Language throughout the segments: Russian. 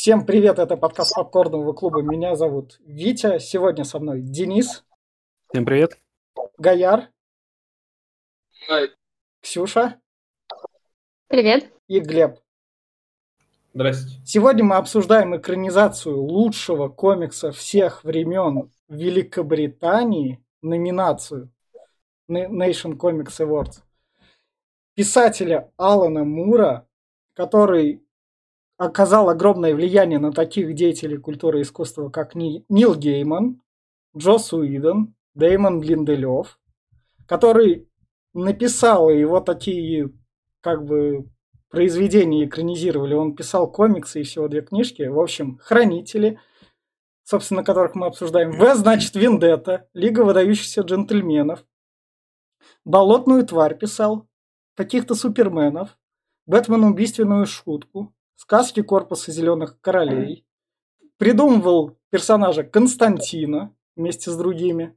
Всем привет, это подкаст Попкорнового клуба. Меня зовут Витя. Сегодня со мной Денис, Всем привет. Гаяр, Hi. Ксюша Привет. и Глеб. Здрасте. Сегодня мы обсуждаем экранизацию лучшего комикса всех времен Великобритании, номинацию Nation Comics Awards, писателя Алана Мура, который оказал огромное влияние на таких деятелей культуры и искусства, как Нил Гейман, Джосс Уидон, Дэймон Линделёв, который написал, и его такие произведения экранизировали. Он писал комиксы и всего 2 книжки. В общем, «Хранители», собственно, которых мы обсуждаем. «В» значит «Вендетта», «Лига выдающихся джентльменов», «Болотную тварь» писал, каких-то суперменов, «Бэтмен. Убийственную шутку», «Сказки корпуса зеленых королей», придумывал персонажа Константина вместе с другими.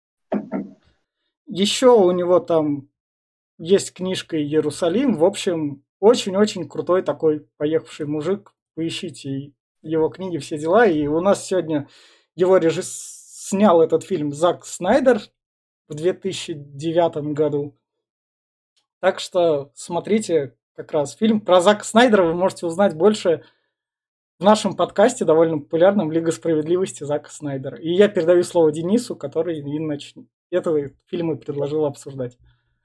Еще у него там есть книжка «Иерусалим». В общем, очень-очень крутой такой поехавший мужик. Поищите его книги, все дела. И у нас сегодня его снял этот фильм Зак Снайдер в 2009 году. Так что смотрите как раз фильм про Зака Снайдера. Вы можете узнать больше в нашем подкасте, довольно популярном, «Лига справедливости» Зака Снайдера. И я передаю слово Денису, который этот фильм и предложил обсуждать.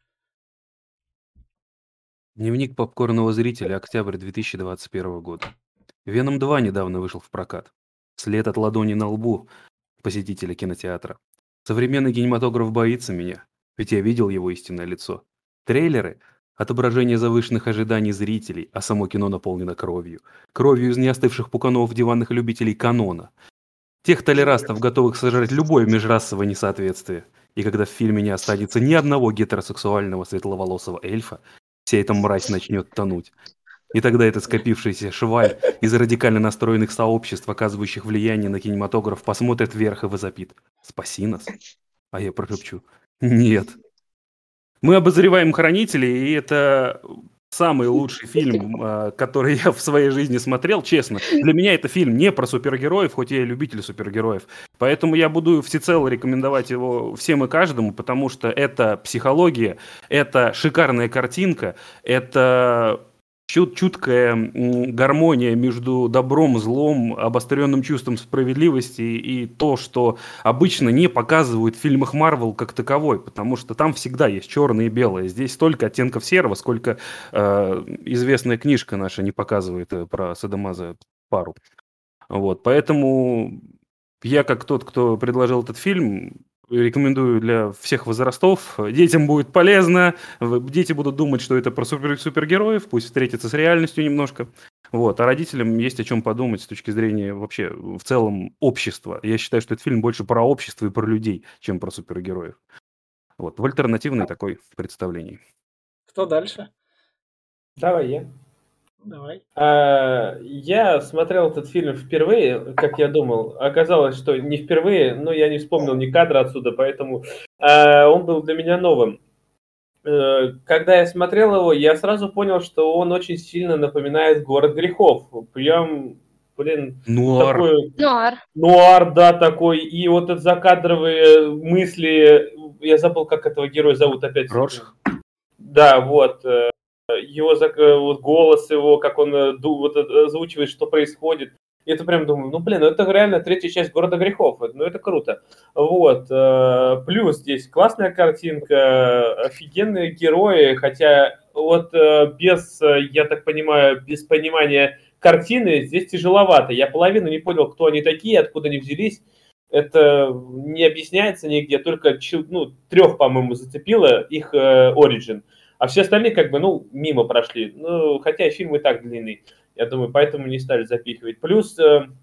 Дневник попкорного зрителя, октябрь 2021 года. «Веном 2» недавно вышел в прокат. След от ладони на лбу посетителя кинотеатра. Современный кинематограф боится меня, ведь я видел его истинное лицо. Трейлеры – отображение завышенных ожиданий зрителей, а само кино наполнено кровью. Кровью из неостывших пуканов диванных любителей канона. Тех толерастов, готовых сожрать любое межрасовое несоответствие. И когда в фильме не останется ни одного гетеросексуального светловолосого эльфа, вся эта мразь начнет тонуть. И тогда этот скопившийся шваль из радикально настроенных сообществ, оказывающих влияние на кинематограф, посмотрит вверх и возопит: «Спаси нас!» А я прошепчу: «Нет». Мы обозреваем «Хранителей», и это самый лучший фильм, который я в своей жизни смотрел, честно. Для меня это фильм не про супергероев, хоть я и любитель супергероев. Поэтому я буду всецело рекомендовать его всем и каждому, потому что это психология, это шикарная картинка, это чуткая гармония между добром, злом, обостренным чувством справедливости и то, что обычно не показывают в фильмах Марвел как таковой, потому что там всегда есть черное и белое. Здесь столько оттенков серого, сколько известная книжка наша не показывает про садомазо пару. Вот, поэтому я, как тот, кто предложил этот фильм, рекомендую для всех возрастов. Детям будет полезно, дети будут думать, что это про супергероев, пусть встретятся с реальностью немножко. Вот. А родителям есть о чем подумать с точки зрения вообще в целом общества. Я считаю, что этот фильм больше про общество и про людей, чем про супергероев. Вот. В альтернативной такой представлении. Кто дальше? Давай я. Давай. Я смотрел этот фильм впервые, как я думал. Оказалось, что не впервые, но я не вспомнил ни кадра отсюда, поэтому он был для меня новым. Когда я смотрел его, я сразу понял, что он очень сильно напоминает «Город грехов». Прям, Нуар. такой... Нуар. Нуар, да, такой. И вот это закадровые мысли. Я забыл, как этого героя зовут опять. Роршах? Да, вот. Его вот голос его, как он озвучивает, что происходит. И это прям думаю, это реально 3-я часть «Города грехов». Это круто. Вот. Плюс здесь классная картинка, офигенные герои, хотя вот я так понимаю, без понимания картины здесь тяжеловато. Я половину не понял, кто они такие, откуда они взялись. Это не объясняется нигде, только 3, по-моему, зацепило их origin. А все остальные мимо прошли. Хотя фильм и так длинный. Я думаю, поэтому не стали запихивать. Плюс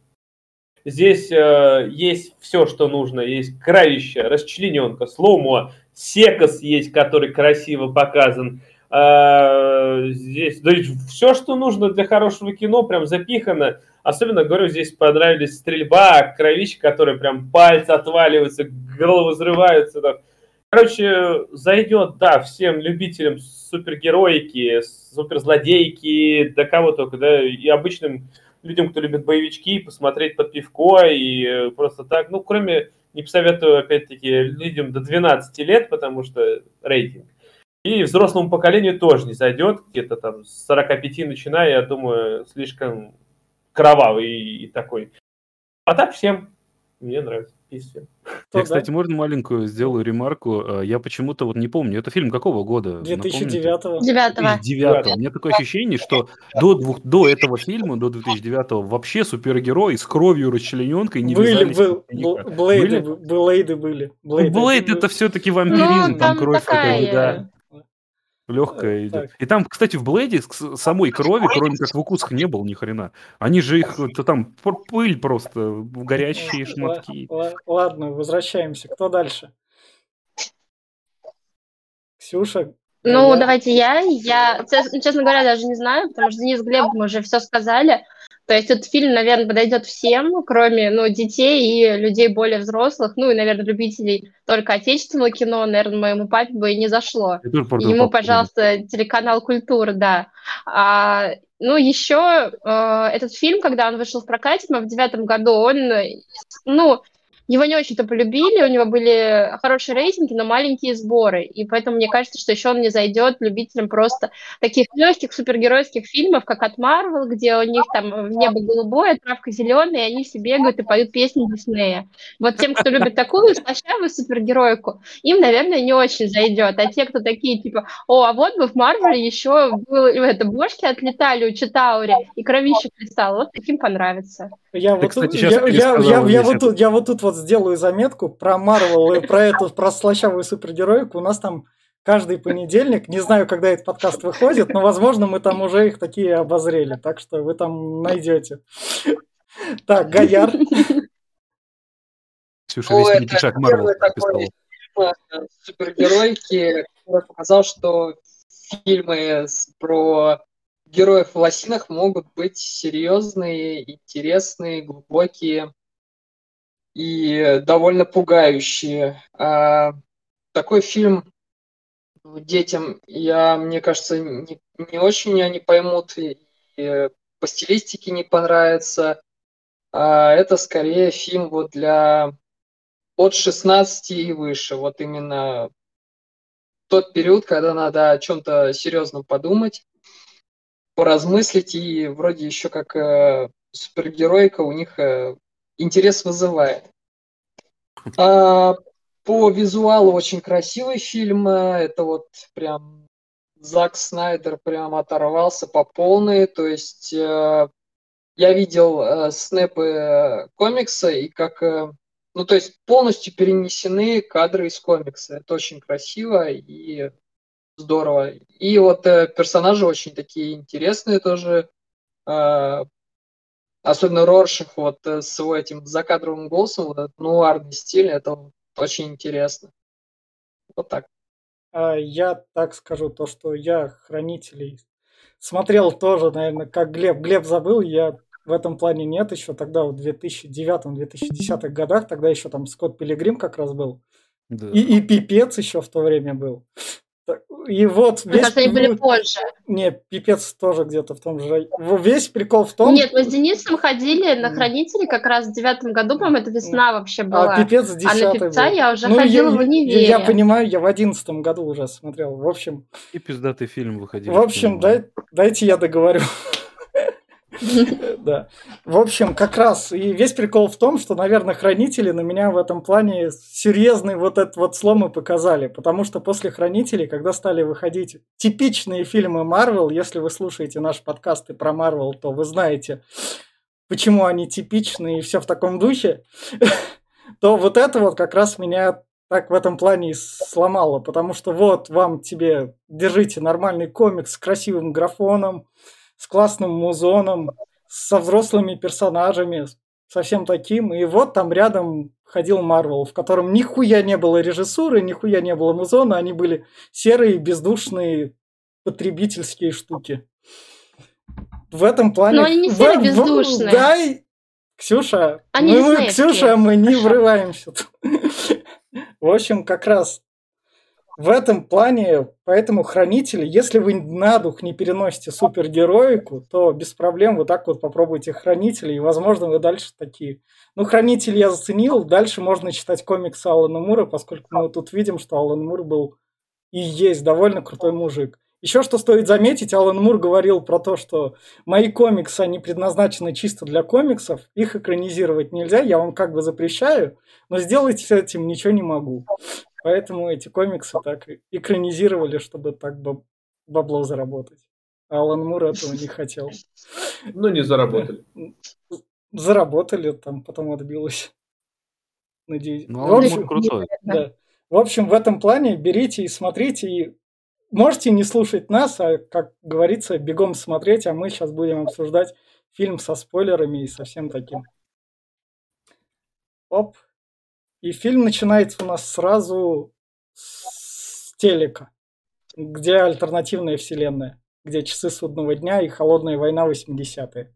здесь есть все, что нужно. Есть кровище, расчлененка, слоумо, секос есть, который красиво показан. Здесь все, что нужно для хорошего кино, прям запихано. Особенно, говорю, здесь понравились стрельба, кровище, которые прям пальцы отваливаются, головы взрываются. Да. Короче, зайдет, да, всем любителям супергероики, суперзлодейки, да кого только, да, и обычным людям, кто любит боевички, посмотреть под пивко и просто так. Ну, кроме, не посоветую, опять-таки, людям до 12 лет, потому что рейтинг. И взрослому поколению тоже не зайдет, где-то там с 45 начиная, я думаю, слишком кровавый и такой. А так всем мне нравится. Пиздец. Я, кстати, можно маленькую сделаю ремарку? Я почему-то вот не помню. Это фильм какого года? 2009-го. 2009. У меня такое ощущение, что до этого фильма, до 2009-го, вообще супергерои с кровью, расчлененкой не вязались. Блейды были. Блейд это все-таки вампиризм, там кровь какая-то, да. Легкая идет. И там, кстати, в Блейде самой крови, кроме как в укусах, не было ни хрена. Они же их, это там пыль просто, горящие шматки. Ладно, возвращаемся. Кто дальше? Ксюша? Ну, давайте я, честно говоря, даже не знаю, потому что Денис, Глеб, мы уже все сказали. То есть этот фильм, наверное, подойдет всем, кроме, детей и людей более взрослых, и, наверное, любителей только отечественного кино, наверное, моему папе бы и не зашло. Ему, пожалуйста, телеканал «Культура», да. Еще этот фильм, когда он вышел в прокате, в 2009 году, его не очень-то полюбили, у него были хорошие рейтинги, но маленькие сборы, и поэтому мне кажется, что еще он не зайдет любителям просто таких легких супергеройских фильмов, как от Marvel, где у них там небо голубое, травка зеленая, и они все бегают и поют песни Диснея. Вот тем, кто любит такую слащавую супергеройку, им, наверное, не очень зайдет. А те, кто такие, типа, а вот бы в Marvel еще бошки отлетали у Читаури и кровища кристалла, вот таким понравится. Я вот тут сделаю заметку про Marvel и про слащавую супергеройку. У нас там каждый понедельник, не знаю, когда этот подкаст выходит, но, возможно, мы там уже их такие обозрели, так что вы там найдете. Так, Гояр. Ксюша, весь пятишак Marvel подписала. Супергеройки, который показал, что фильмы про героев в лосинах могут быть серьезные, интересные, глубокие и довольно пугающие. Такой фильм детям, мне кажется, не очень они поймут, и по стилистике не понравится. Это скорее фильм для от 16 и выше. Вот именно тот период, когда надо о чем-то серьезном подумать, поразмыслить, и вроде еще как супергеройка у них интерес вызывает. По визуалу очень красивый фильм. Это прям Зак Снайдер прям оторвался по полной. То есть я видел снэпы комикса, и то есть полностью перенесены кадры из комикса. Это очень красиво и здорово. И персонажи очень такие интересные тоже. Особенно Роршах с его этим закадровым голосом, этот нуарный стиль, это очень интересно. Вот так. Я так скажу, то, что я «Хранителей» смотрел тоже, наверное, как Глеб. Глеб забыл, я в этом плане нет еще. Тогда в 2009-2010 годах, тогда еще там Скотт Пилигрим как раз был. Да. И Пипец еще в то время был. И они были позже. Не, Пипец тоже где-то в том же. Весь прикол в том... Нет, мы с Денисом ходили на «Хранители» как раз в 2009 году, по-моему, это весна вообще была. А Пипец в 10-й на Пипца был. я уже ходила в универе. Я понимаю, я в 2011 году уже смотрел. В общем... И пиздатый фильм выходил. В общем, дайте я договорю. Да. В общем, как раз и весь прикол в том, что, наверное, «Хранители» на меня в этом плане серьезный этот слом и показали. Потому что после «Хранителей», когда стали выходить типичные фильмы Marvel, если вы слушаете наши подкасты про Marvel, то вы знаете, почему они типичные и все в таком духе, то это как раз меня так в этом плане и сломало. Потому что вам держите нормальный комикс с красивым графоном, с классным музоном, со взрослыми персонажами, со всем таким. И там рядом ходил Марвел, в котором нихуя не было режиссуры, нихуя не было музона, они были серые, бездушные, потребительские штуки. В этом плане... Но они не серые, бездушные. Да, Ксюша, мы не врываемся. В общем, как раз в этом плане, поэтому хранители, если вы на дух не переносите супергероику, то без проблем вот так вот попробуйте хранителей, и, возможно, вы дальше такие. Ну, хранитель я заценил, дальше можно читать комиксы Алана Мура, поскольку мы тут видим, что Алан Мур был и есть довольно крутой мужик. Еще что стоит заметить, Алан Мур говорил про то, что мои комиксы, они предназначены чисто для комиксов, их экранизировать нельзя, я вам как бы запрещаю, но сделать с этим ничего не могу. Поэтому эти комиксы так экранизировали, чтобы так бабло заработать. А Алан Мур этого не хотел. Ну, не заработали. Заработали, там потом отбилось. Надеюсь. Ну, Алан Мур крутой. Да. В общем, в этом плане берите и смотрите, и можете не слушать нас, а, как говорится, бегом смотреть, а мы сейчас будем обсуждать фильм со спойлерами и со всем таким. Оп. И фильм начинается у нас сразу с телека, где альтернативная вселенная, где часы судного дня и холодная война 80-е.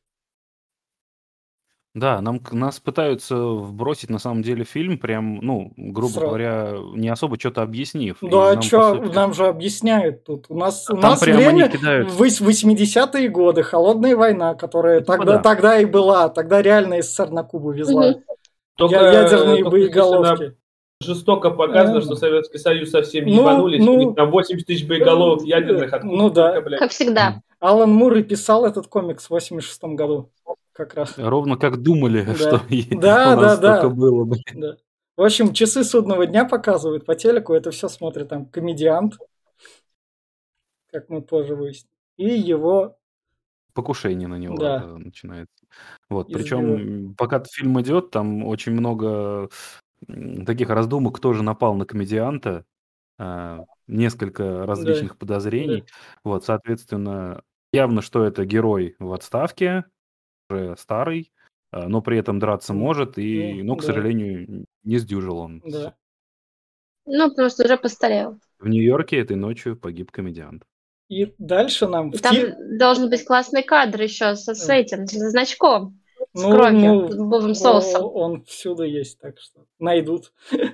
Да, нас пытаются вбросить на самом деле фильм, прям, ну, грубо Сразу. говоря, не особо что-то объяснив. И Да, нам, что, по сути, нам же объясняют тут. У нас прямо время они кидают. 80-е годы, холодная война, которая тогда и была. Тогда реально СССР на Кубу везла. Ядерные боеголовки. Жестоко показано, что Советский Союз совсем ебанулись. У них там 80 тысяч боеголовок ядерных. Ну да. Как всегда. Алан Мур и писал этот комикс в 86-м году. Как раз. Ровно как думали, что у Да, нас да, столько да. было. Да. В общем, часы судного дня показывают по телеку. Это все смотрит там комедиант, как мы позже выясним. И его... Покушение на него Да. начинается. Вот. Из Причем, пока фильм идет, там очень много таких раздумок, кто же напал на комедианта. Несколько различных подозрений. Вот, соответственно, явно, что это герой в отставке, уже старый, но при этом драться может, но, к сожалению, не сдюжил он. Да. Ну, потому что уже постарел. В Нью-Йорке этой ночью погиб комедиант. И дальше нам... И там должен быть классный кадр еще с этим, с значком, с кровью, с бобовым соусом. Он всюду есть, так что найдут.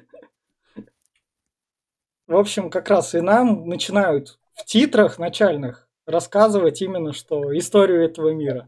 В общем, как раз и нам начинают в титрах начальных рассказывать именно что историю этого мира.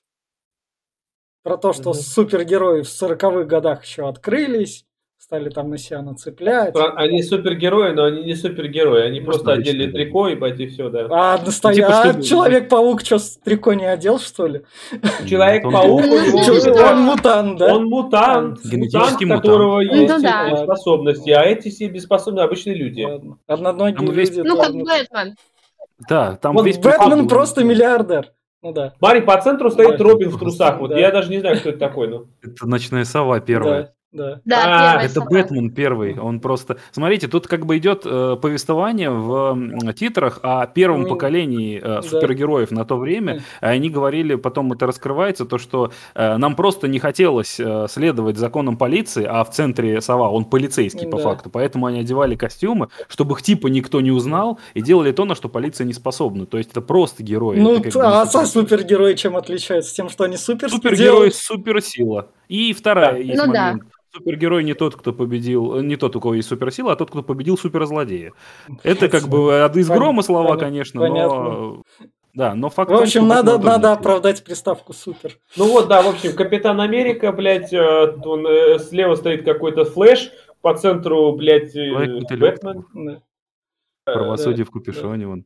Про то, что супергерои в 40-х годах еще открылись, стали там на себя нацеплять. Они супергерои, но они не супергерои. Они просто одели трико и пойти все, да. А Человек-паук что, трико не одел, что ли? Человек-паук, он мутант, да? Он мутант, Генетический у которого есть да. способности, а эти все беспособные обычные люди. Одноногие люди. Ну, как Бэтмен. Да, там Вот весь Бэтмен просто миллиардер. Ну да. Смотри, по центру стоит Робин в трусах. Вот я даже не знаю, кто это такой. Это ночная сова первая. Да. Это Бэтмен первый. Он просто... Смотрите, тут как бы идет повествование в титрах о первом поколении супергероев на то время. Они говорили, потом это раскрывается, то, что нам просто не хотелось следовать законам полиции, а в центре сова, он полицейский по факту. Поэтому они одевали костюмы, чтобы их типа никто не узнал, и делали то, на что полиция не способна. То есть это просто герои. Ну, а супергерои чем отличаются? Тем, что они суперские Супергерои суперсила. И вторая есть ну, момент. Супергерой не тот, кто победил, не тот, у кого есть суперсила, а тот, кто победил суперзлодея. Это как бы из грома слова, конечно, но... Да, но факт... В общем, надо оправдать приставку супер. Ну вот, да, в общем, Капитан Америка, блядь, он, слева стоит какой-то Флэш, по центру, блядь, Бэтмен. Правосудие в капюшоне, вон.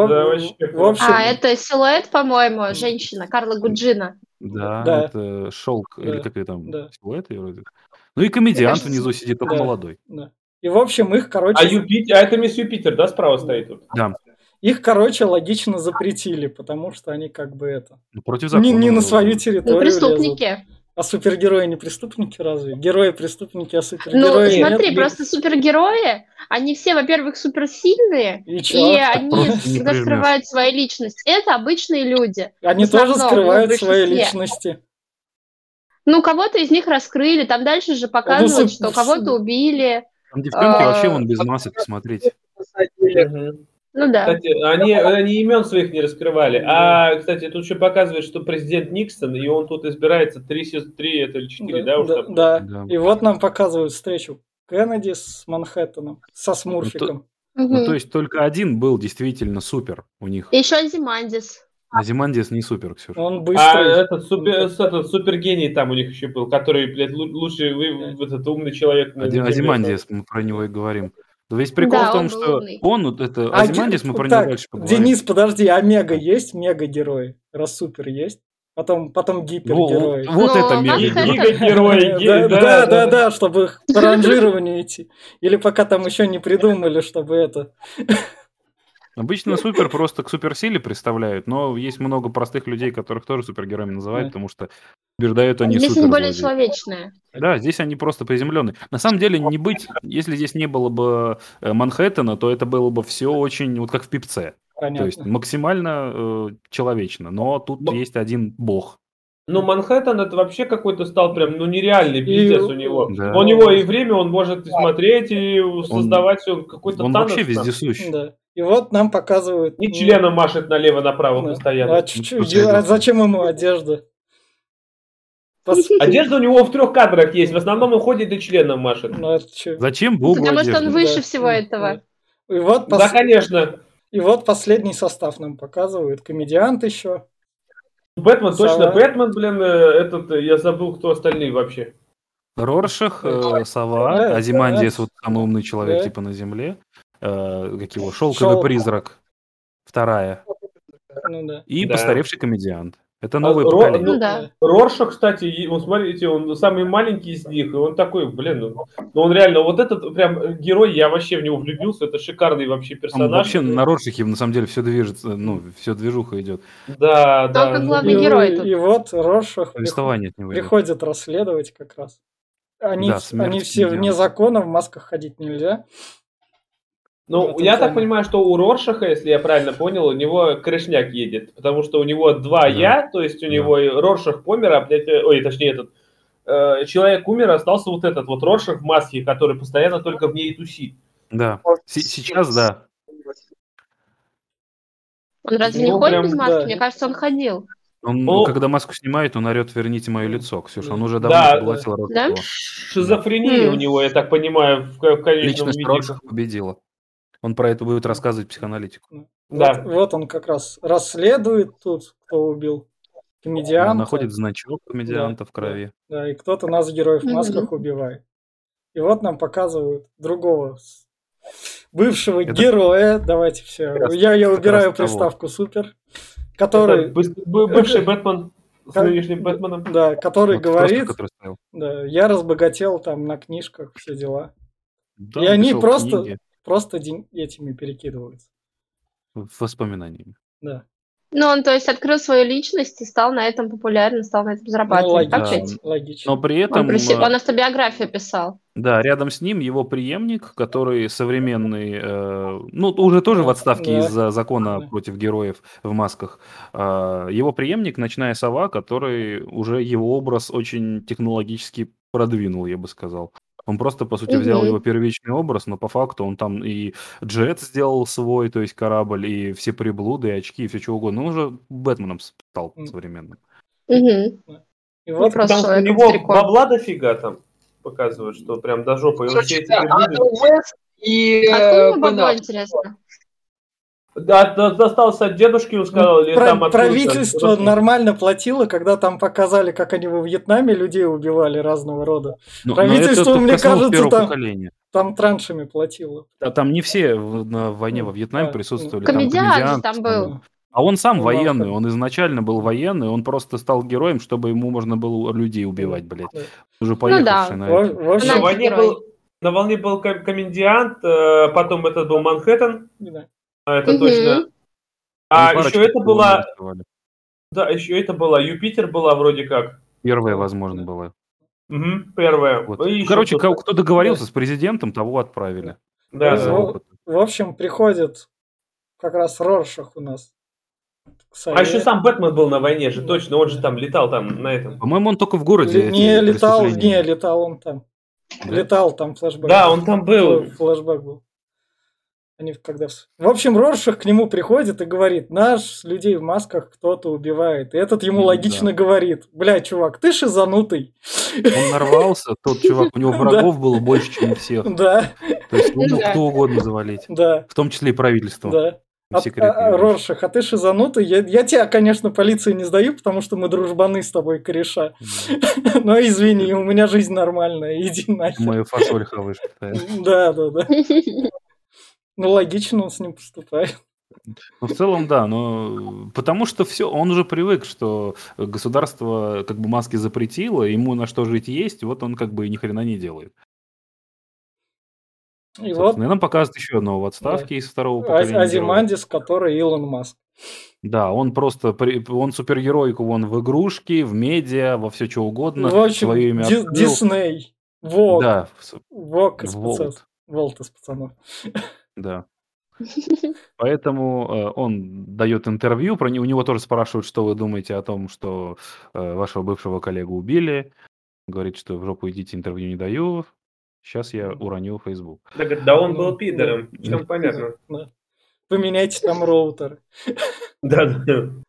Это силуэт, по-моему, женщина, Карла Гуджина. Да, это шелк, или как это там, силуэт ее вроде. Ну и комедиант внизу сидит, только молодой. И, в общем, их, короче... А это мисс Юпитер, да, справа стоит тут? Да. Их, короче, логично запретили, потому что они как бы это... Против закона. Не на свою территорию преступники. лезут. А супергерои не преступники разве? Герои преступники, а супергерои нет? Ну, смотри, нет? просто супергерои, они все, во-первых, суперсильные, и они всегда скрывают свою личность. Это обычные люди. Они тоже скрывают свои личности. Ну, кого-то из них раскрыли, там дальше же показывают, что кого-то убили. Там девчонки вообще вон без масок, посмотрите. Ну да. Кстати, они имен своих не раскрывали. А, кстати, тут еще показывает, что президент Никсон, и он тут избирается 3 или 4, да? Да. И вот нам показывают встречу Кеннеди с Манхэттеном, со Смурфиком. Ну, то есть только один был действительно супер у них. Еще Азимандис. Азимандис не супер, Ксюша. Он А быстрый. этот супергений там у них еще был, который, блядь, лучший этот умный человек на Земле. Азимандис, мы про него и говорим. Но весь прикол Да, в том, он был что умный. он, вот это, А Азимандис, мы про него так, дальше поговорим. Денис, подожди, а мега есть? Мега-герои? Раз супер есть? Потом гипергерои. Вот Но это Манхэттен- мега. Гига-герой. Да, чтобы их по ранжированию идти. Или пока там еще не придумали, чтобы это... Обычно супер просто к суперсиле представляют, но есть много простых людей, которых тоже супергероями называют, Да. потому что побеждают они Здесь они более суперзлодеи. человечные. Да, здесь они просто приземленные. На самом деле, не быть, если здесь не было бы Манхэттена, то это было бы все очень, вот как в Пипце. То есть Понятно. максимально человечно. Но тут Но- есть один бог. Ну, Манхэттен это вообще какой-то стал прям, ну, нереальный И- пиздец у него. Да. У него и время, он может и смотреть, и создавать, он какой-то Он Танос вообще там. вездесущ. Да. И вот нам показывают... И членом машет налево-направо Да. постоянно. А чуть-чуть, Просто а это- зачем ему одежда? Одежда у него в 3 кадрах есть, в основном он ходит и членом машет. Ну, это чё? Зачем богу Потому что он одежда? выше Да. всего этого. И вот, Да, конечно. и вот последний состав нам показывают. Комедиант еще. Бэтмен, точно, Сова. Бэтмен, блин, я забыл, кто остальные вообще. Роршах, Сова, Да, Азимандиас, да. вот самый умный человек Да. типа на Земле. Как его? Шелковый Шелк. призрак. Вторая. Ну да. И Да. постаревший комедиант. Это новое Ро- поколение. Ну да. Роршах, кстати, вот смотрите, он самый маленький из них, и он такой, блин, ну он реально, вот этот прям герой, я вообще в него влюбился, это шикарный вообще Там персонаж. вообще на Роршахе на самом деле все движется, все движуха идет. Да, Только да. главный герой тут. И вот Роршах Повествование от него идет. приходит расследовать как раз. Они, Да, смерть они все комедианта. вне закона, в масках ходить нельзя. Ну, в этом я так плане. понимаю, что у Роршаха, если я правильно понял, у него крышняк едет, потому что у него 2 Да. я, то есть у Да. него и Роршах помер, а, блядь, точнее, этот человек умер, остался вот этот вот Роршах в маске, который постоянно только в ней тусит. Да. Сейчас да. Он разве не Ну, ходит прям, без маски? да. Мне кажется, он ходил. Он, Ну- когда маску снимает, он орет: «Верните мое лицо». Ксюша, он уже Да, давно да. поглотил рот. Да? его. Шизофрения Хм. у него, я так понимаю, в конечном Личность виде. Роршаха победила. Он про это будет рассказывать психоаналитику. Да. Вот он как раз расследует тут, кто убил Он комедианта. находит значок комедианта Да, в крови. Да, и кто-то нас, героев в Мгм. масках, убивает. И вот нам показывают другого бывшего Это- героя. Давайте все. Как раз- Я как убираю раз того. приставку супер. Который, Это бывший Бэтмен с Как- нынешним Бэтменом. да, который Вот просто, говорит, который стоял. да, я разбогател там на книжках, все дела. Да, И он они писал просто- книги Просто этими перекидываются. воспоминаниями. Да. Ну, он, то есть, открыл свою личность и стал на этом популярен, стал на этом зарабатывать. Так логично. ведь? Логично. Но при этом, Он автобиографию писал. да, рядом с ним его преемник, который современный, ну, уже тоже в отставке Да. из-за закона Да. против героев в масках. Его преемник, Ночная Сова, который уже его образ очень технологически продвинул, я бы сказал. Он просто, по сути, взял Мгм. его первичный образ, но по факту он там и джет сделал свой, то есть корабль, и все приблуды, и очки, и все что угодно. Он уже Бэтменом стал современным. Мгм. И вот просто Потому что у человек него стариком. бабла дофига там показывают, что прям до жопы. И он все эти Да, приблуды- Адам Уэст и Откуда ему Бен бабло, Аффлек. интересно? Да, достался от дедушки, он сказал, или там откуда-то. Правительство нормально платило, когда там показали, как они во Вьетнаме людей убивали разного рода. Но Правительство, это мне коснулось кажется, первого там- поколения. Там траншами платило. А там не все на войне во Вьетнаме А, присутствовали. Комедиант же комедиант там был. А он сам Ну, военный, ладно. он изначально был военный, он просто стал героем, чтобы ему можно было людей убивать, блядь. Да. Уже поехавший да. на В это. общем, На Она- войне антигерой. был, на волне был комедиант, потом этот был Манхэттен, да. это Мгм. точно. Они А парочку еще это всего была, нарисовали. да, еще это была Юпитер была вроде как. Первая, Да. возможно, была. Первая. Вот. И еще Короче, кто-то. кто договорился с президентом, того отправили. Да, За да. опыт. В общем, приходит как раз Роршах у нас. к Сове. А еще сам Бэтмен был на войне же, точно, он же там летал там на этом. По-моему, он только в городе. Не эти летал, преступления. не летал он там. Да? Летал там флешбэк. Да, он там был. Флешбэк был. Они когда... В общем, Роршах к нему приходит и говорит, нас, людей в масках, кто-то убивает. И этот ему логично говорит, бля, чувак, ты шизанутый. Он нарвался, тот чувак, у него врагов было больше, чем у всех. Да. То есть он мог кто угодно завалить. Да. В том числе и правительство. Да. Роршах, а ты шизанутый? Я тебя, конечно, полиции не сдаю, потому что мы дружбаны с тобой, кореша. Но извини, у меня жизнь нормальная, иди нахер. Мою фасоль хаваешь. Да. Ну, логично он с ним поступает. Ну, в целом, да, но потому что все, он уже привык, что государство как бы маски запретило, ему на что жить есть, вот он как бы ни хрена не делает. И вот Нам показывают еще одного в отставке из второго поколения героя. Азимандис, который Илон Маск. Да, он просто, он супергеройку вон в игрушки, в медиа, во все что угодно. В общем, свое имя открыл. Дисней, Вог, Да, Вог из Волт из пацанов. Да. Поэтому он дает интервью, у него тоже спрашивают, что вы думаете о том, что вашего бывшего коллегу убили. Говорит, что в жопу идите, интервью не даю. Сейчас я уронил Facebook. Да он был пидором, всем понятно. Поменяйте там роутер. Да.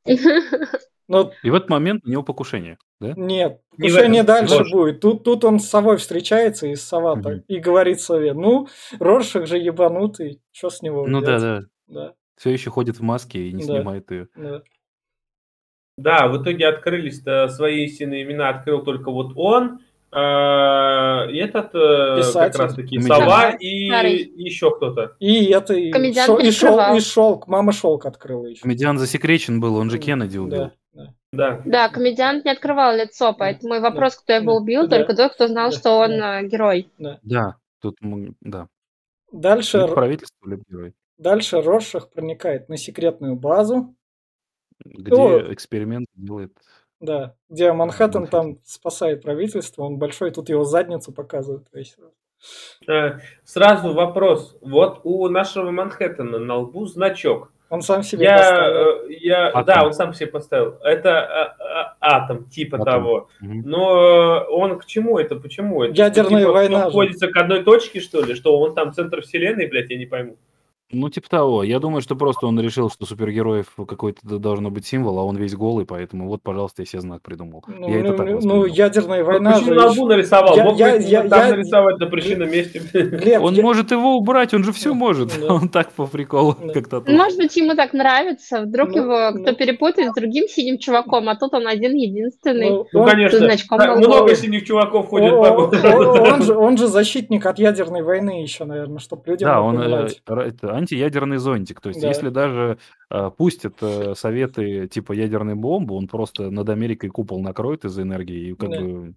И в этот момент у него покушение, да? Нет, покушение дальше будет. Тут он с совой встречается из сова и говорит сове, ну, Роршах же ебанутый, что с него взять? Да. Все еще ходит в маске и не снимает ее. Да, в итоге открылись свои истинные имена, открыл только вот он, этот как раз таки сова и еще кто-то. И это и Шелк, мама Шелк открыла еще. Комедиант засекречен был, он же Кеннеди убил. Да, комедиант не открывал лицо, поэтому и вопрос, кто его убил, только тот, кто знал, что он герой. Да, тут, да. Дальше правительство или герой. Дальше Роршах проникает на секретную базу. Где эксперимент делает... Да, где Манхэттен там спасает правительство, он большой, тут его задницу показывают. Сразу вопрос. Вот у нашего Манхэттена на лбу значок. Он сам себе поставил. Да, он сам себе поставил. Это атом, типа того. Но он к чему это? Почему это? Ядерная война. Он находится к одной точке, что ли? Что он там центр вселенной, блядь, я не пойму. Ну, типа того. Я думаю, что просто он решил, что супергероев какой-то должно быть символ, а он весь голый, поэтому вот, пожалуйста, я себе знак придумал. Я это так воспринял. Ну, ядерная война... Почему на лбу нарисовал? Мог бы там нарисовать на причинном месте. Он может его убрать, он же все может. Он так по приколу как-то... Может быть, ему так нравится. Вдруг его кто перепутает с другим синим чуваком, а тут он один-единственный. Ну, конечно. Много синих чуваков ходит по городу. Он же защитник от ядерной войны еще, наверное, чтобы людям... Да, он антиядерный зонтик. То есть, если даже пустят советы типа ядерной бомбы, он просто над Америкой купол накроет из-за энергии. И как бы...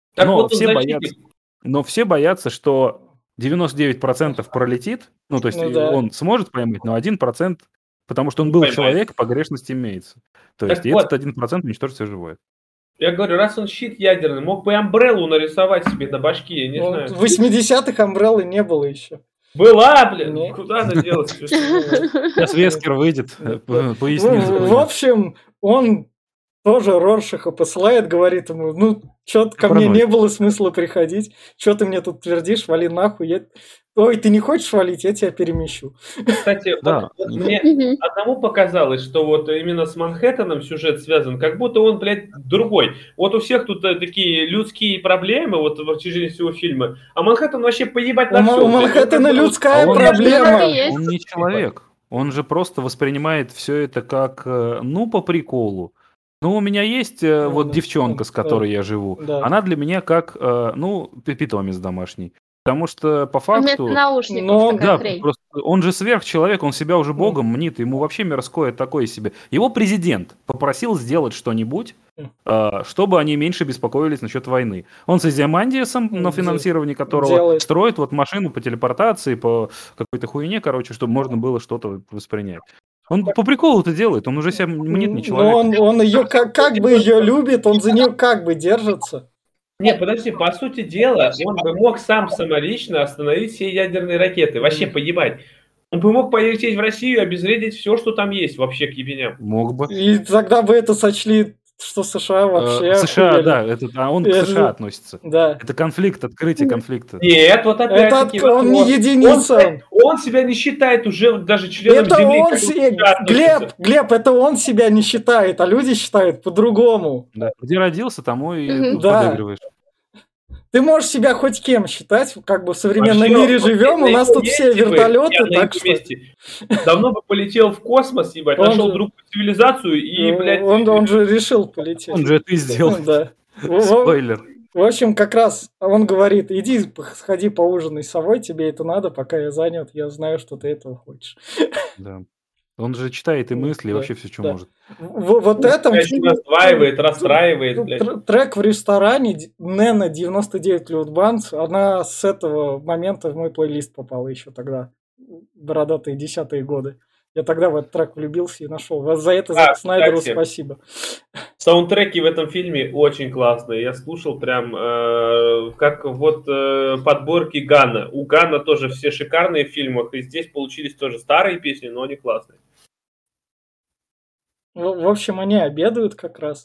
Но все боятся, что 99% пролетит. Ну, то есть, он сможет поймать, но 1%, потому что он был человек, погрешность имеется. То есть, этот 1% уничтожит все живое. Я говорю, раз он щит ядерный, мог бы Амбреллу нарисовать себе на башке, я не знаю. В 80-х Амбреллы не было еще. Была, блин, куда она делась? Сейчас Вескер выйдет, пояснит. В общем, он тоже Роршаха посылает, говорит ему, ну, что-то ко мне не было смысла приходить, что ты мне тут твердишь, вали нахуй, ой, ты не хочешь валить, я тебя перемещу. Кстати, мне одному показалось, что вот именно с Манхэттеном сюжет связан, как будто он, блядь, другой. Вот у всех тут такие людские проблемы, вот в течение всего фильма, а Манхэттен вообще поебать на все. У Манхэттена людская проблема. Он не человек, он же просто воспринимает все это как, ну, по приколу. Ну, у меня есть вот девчонка, с которой я живу, она для меня как, ну, питомец домашний. Потому что по факту... просто он же сверхчеловек, он себя уже богом мнит, ему вообще мирское такое себе. Его президент попросил сделать что-нибудь, чтобы они меньше беспокоились насчет войны. Он с Азимандиасом, на финансировании которого строит вот машину по телепортации, по какой-то хуйне, короче, чтобы можно было что-то воспринять. Он по приколу это делает, он уже себя мнит не человек. Но он ее как бы ее любит, он за нее как бы держится. Не, подожди, по сути дела, он бы мог сам самолично остановить все ядерные ракеты, вообще поебать. Он бы мог полететь в Россию и обезвредить все, что там есть вообще к ебеням. Мог бы. И тогда бы это сочли что США вообще США, охуели. да, он к Это США же- относится. Да. Это конфликт, открытие конфликта. Нет, вот Это опять-таки он не вопрос. единица. Он себя не считает уже даже членом Это Земли. он как он к се- США относится. Глеб, это он себя не считает, а люди считают по-другому. Да. Где родился, тому и Мгм. Да. подыгрываешь. Ты можешь себя хоть кем считать, как бы в современном Вообще, мире вот живем, на у нас его тут все месте бы, вертолеты, я на так его что месте давно бы полетел в космос, ебать, Он нашел же- другую цивилизацию и, блядь... он же решил полететь. Он же это и сделал. Да. Спойлер. В общем, как раз он говорит, иди сходи поужинай с совой, тебе это надо, пока я занят, я знаю, что ты этого хочешь. Да. Он же читает и мысли, и Да, вообще все, что да. может. Вот это Раздваивает, расстраивает, блядь. трек в ресторане Нена 99 Людбанц, она с этого момента в мой плейлист попала еще тогда, бородатые 10-е годы. Я тогда в этот трек влюбился и нашел. Вот за это Зак Снайдеру кстати, спасибо. Саундтреки в этом фильме очень классные. Я слушал прям как вот подборки Ганна. У Ганна тоже все шикарные в фильмах, и здесь получились тоже старые песни, но они классные. В общем, они обедают как раз.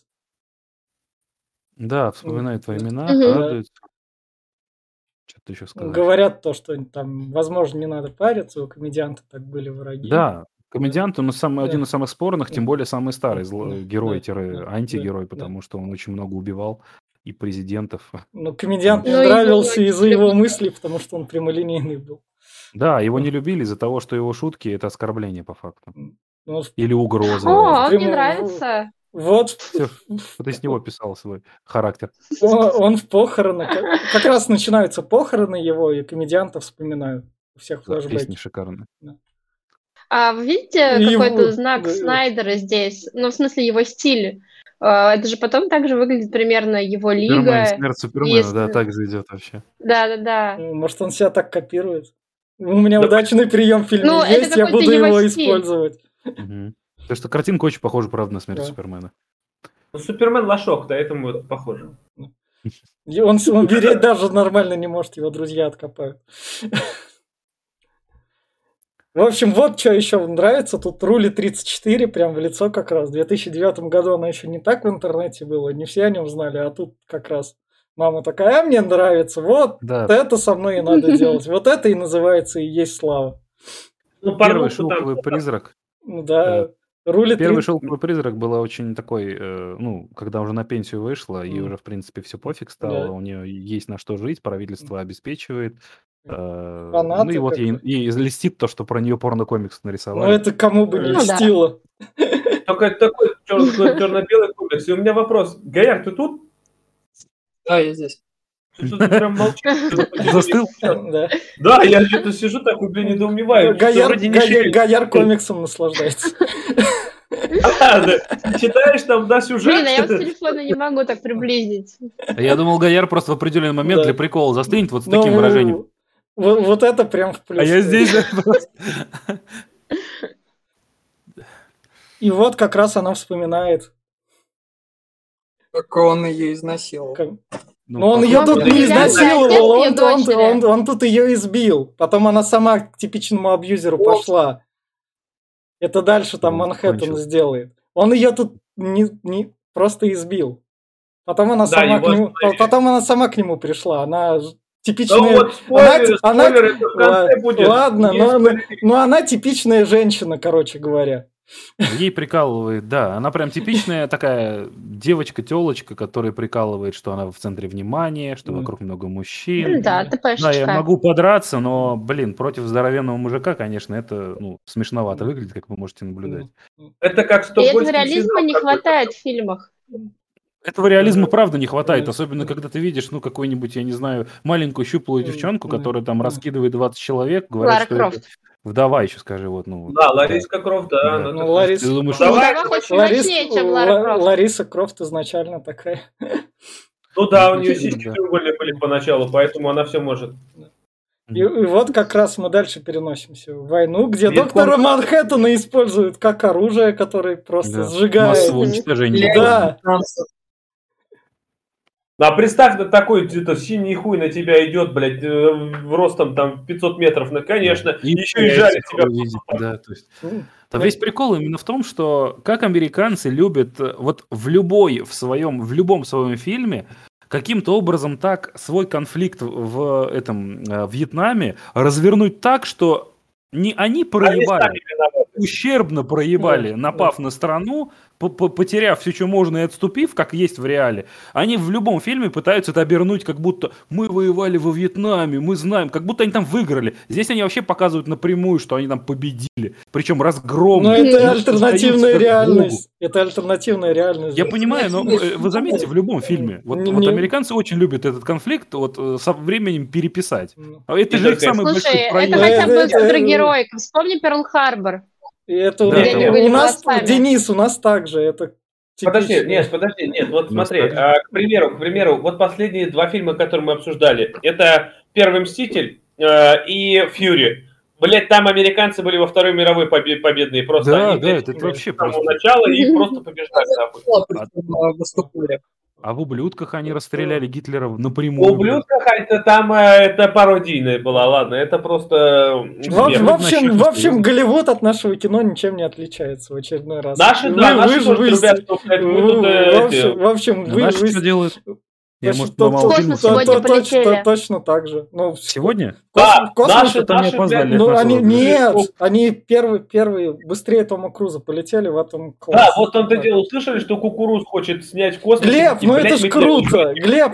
Да, вспоминает твои имена, Мгм. радуется. Что-то еще сказать. Говорят то, что там, возможно, не надо париться, у комедианта так были враги. Да, комедиант, он Да. один из самых спорных, тем Да. более самый старый Да. герой-антигерой, Да. потому что он очень много убивал и президентов. Но комедиант Ну, мне его нравился очень из-за его любили. мыслей, потому что он прямолинейный был. Да, его не любили из-за того, что его шутки – это оскорбление по факту. Ну, Или угроза. О, Прямо- мне нравится. Вот Всё, ты с него писал свой характер. он в похороны, как раз начинаются похороны его, и комедианта вспоминают. У всех Да, песни флешбеки. шикарные. А вы видите И какой-то его- знак да. Снайдера здесь? Ну, в смысле, его стиль. Это же потом также выглядит примерно его Супермен, лига. смерть Супермена, Если- да, так же идет вообще. Да-да-да. Может, он себя так копирует? У меня Да. удачный прием в фильме Ну, это есть, я какой-то буду его его стиль. использовать. Мгм. Потому что картинка очень похожа, правда, на смерть Да. Супермена. Ну, Супермен лошок, поэтому это похоже. И он умереть даже нормально не может, его друзья откопают. В общем, вот что еще нравится. Тут Рули 34 прям в лицо как раз. В 2009 году она еще не так в интернете была, не все о нем знали, а тут как раз мама такая, мне нравится, вот Да, это со мной и надо делать. Вот это и называется и есть слава. Ну, первый порнуху там... шелковый призрак. Ну да, Рули Первый 30. шелковый призрак была очень такой, когда уже на пенсию вышла, и Мгм. уже, в принципе, все пофиг стало, Да. у нее есть на что жить, правительство обеспечивает. Ну Фанаты и вот ей как-то. льстит то, что про нее порно-комикс Ну нарисовали. это кому бы не Ну да. льстило. Только такой черно-белый комикс. И у меня вопрос. Гаяр, ты тут? Да, я здесь. Что-то ты прям молчишь. Застыл? Да. Да, я что-то сижу такой, блин, недоумеваю. Что вроде не шевелится. Гаяр комиксом наслаждается. А, да. Читаешь там, да, сюжет? Блин, а я с телефона не могу так приблизить. Я думал, Гаяр просто в определенный момент Да. для прикола застынет вот с Ну, таким выражением. Вот это прям в плюс. А я здесь просто. И вот как раз она вспоминает. Как он ее изнасиловал. Но он ее походу, тут да. не Реально, изнасиловал, отец её дочери. он тут ее избил. Потом она сама к типичному абьюзеру пошла. Это дальше там Он Манхэттен закончил. сделает. Он ее тут не просто избил. Потом она Да, сама к его нему, остановили. потом она сама к нему пришла. Она Ну типичная. вот, спойлер, она- это в конце будет. Ладно, Не но спойлери. она типичная женщина, короче говоря. Ей прикалывает, да. Она прям типичная такая девочка-телочка, которая прикалывает, что она в центре внимания, что Мгм. вокруг много мужчин. Да, Да, я ТПшечка. могу подраться, но, блин, против здоровенного мужика, конечно, это смешновато выглядит, как вы можете наблюдать. Это как И этого стокгольмский реализма синдром не какой-то. хватает в фильмах. Этого реализма, правда, не хватает, Да. особенно когда ты видишь, какую-нибудь, я не знаю, маленькую щуплую девчонку, Да. которая там Да. раскидывает 20 человек, говорят, Лара что Крофт. это вдова еще, скажи, Да, Лариска Крофт, да. Да. она Ну, такая. Лариса, Ты думаешь, Ну, давай, Вдова хоть мощнее, чем Лара Крофт. Лариса Крофт изначально такая. Ну да, у Ну, нее действительно, сиськи да. треугольные были поначалу, поэтому она все может. И вот как раз мы дальше переносимся в войну, где Вьетконг. доктора Манхэттена используют как оружие, которое просто Да. сжигает. Массового уничтожения. Да. А представь, на такой синий хуй на тебя идет, блядь, ростом там 500 метров, ну, конечно, еще и жарит тебя. Да, то есть... Там весь прикол именно в том, что как американцы любят вот в любом своем фильме каким-то образом так свой конфликт в Вьетнаме развернуть так, что не они проебали, ущербно проебали, напав на страну, потеряв все, что можно, и отступив, как есть в реале. Они в любом фильме пытаются это обернуть, как будто мы воевали во Вьетнаме, мы знаем, как будто они там выиграли. Здесь они вообще показывают напрямую, что они там победили. Причем разгромно. Но это альтернативная реальность. Это альтернативная реальность. Я понимаю, но вы заметите, в любом фильме. Вот американцы очень любят этот конфликт со временем переписать. Это же их самый большой Слушай, проект. это хотя бы супергероика. Вспомни Перл-Харбор. Это Да, у нас, Денис, у нас также. Это Подожди, нет, вот смотри, к примеру, вот последние два фильма, которые мы обсуждали, это «Первый мститель» и «Фьюри». Блять, там американцы были во Второй мировой победные, просто Да, они, блядь, это вообще с самого просто... начала и просто побеждали, нахуй. Выступали. А в «Ублюдках» они расстреляли Гитлера В напрямую. «Ублюдках» это пародийная была, ладно, это просто... В общем, Голливуд от нашего кино ничем не отличается в очередной раз. Наши тоже трубят, что, блядь, мы тут... В общем, Наши что делают? Я, может, помолчу. Точно так же. Сегодня? Космос там не опоздали. Нет, они первые быстрее Тома Круза полетели в этом классе. Да, вот он-то дело, услышали, что Кукуруз хочет снять в космосе? Глеб, ну это ж круто! Глеб,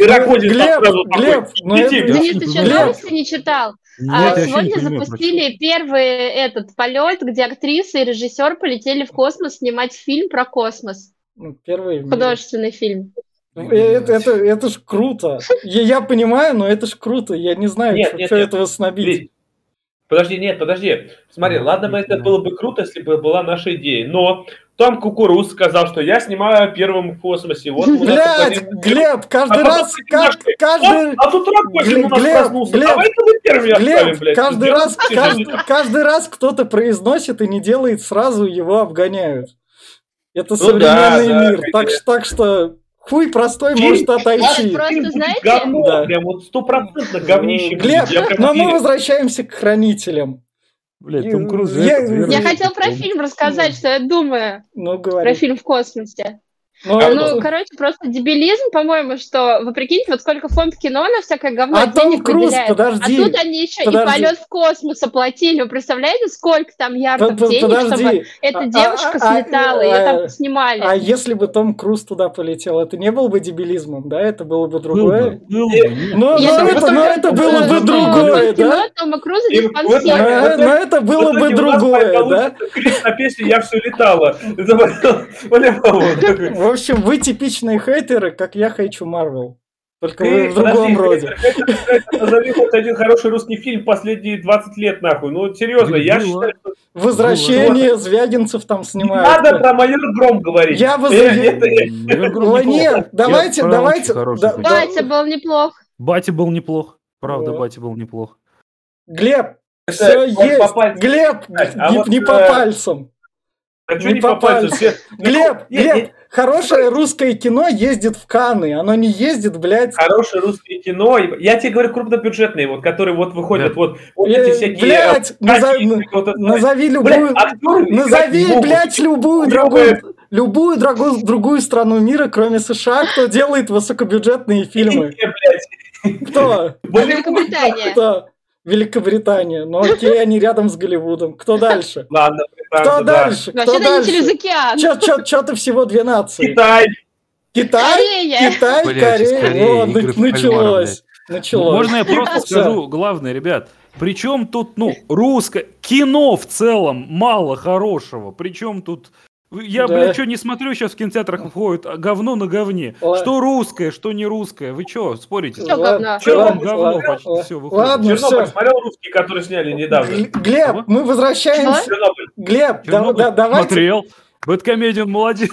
Денис, ты что, новости не читал? Нет, сегодня запустили первый полет, где актриса и режиссер полетели в космос снимать фильм про космос. Первый художественный фильм. Это ж круто. Я понимаю, но это ж круто. Я не знаю, что этого снобить. Подожди. Смотри, ладно бы это было бы круто, если бы была наша идея. Но Том Кукуруз сказал, что я снимаю первым в космосе. Вот блядь, Глеб, каждый раз... А тут Рогозин у нас проснулся. Давай-ка мы первыми оставим, блядь. Каждый раз кто-то произносит и не делает, сразу его обгоняют. Это современный мир. Так что... Хуй простой может отойти. Просто, знаете... Говно, да. Прям вот 100% говнище. Глеб, но мы возвращаемся к хранителям. Блядь, Том Круз... Я хотел про фильм рассказать, что я думаю. Про фильм в космосе. Короче, просто дебилизм, по-моему, что вы прикиньте, вот сколько фонд кино на всякое говно денег выделяет. Подожди, а тут они еще и полет в космос оплатили. Вы представляете, сколько там ярдов денег, чтобы эта девушка слетала, ее там снимали. А если бы Том Круз туда полетел, это не было бы дебилизмом, да? Это было бы другое? Но это было бы другое, да? Тома Круза диспансирует. Но это было бы другое, да? На песню «Я все летала». В общем, вы типичные хейтеры, как я хейчу Марвел. Только вы в другом роде. Назови хоть один хороший русский фильм последние 20 лет, нахуй. Ну, серьезно, я считаю, что... «Возвращение», Звягинцев там снимают. Не надо про «Майор Гром» говорить. Нет, давайте. Батя был неплох. Батя был неплох. Правда, Батя был неплох. Глеб, все есть. Глеб, не по пальцам. Не по пальцам. Глеб, хорошее русское кино ездит в Канны, оно не ездит, блядь. Хорошее русское кино, я тебе говорю крупнобюджетные, вот, которые вот выходят, вот эти всякие... Блядь, назови любую... Блядь, любую другую страну мира, кроме США, кто делает высокобюджетные фильмы. Кто? Великобритания. Кто? Великобритания. Ну окей, они рядом с Голливудом. Кто дальше? Ладно, кто дальше? Вообще они через океан. Чё-то всего две нации. Китай? Корея. Вот, началось. Можно я просто скажу главное, ребят? Причем тут, русское кино в целом мало хорошего. Причем тут... Я, блядь, что не смотрю, сейчас в кинотеатрах выходит говно на говне. Что русское, что не русское. Вы что, спорите? Что говно? Говно почти все выходит. Ладно, Чернобыль смотрел русский, который сняли недавно? Глеб, мы возвращаемся. Глеб, давайте... Смотрел. Бэдкомедиан молодец.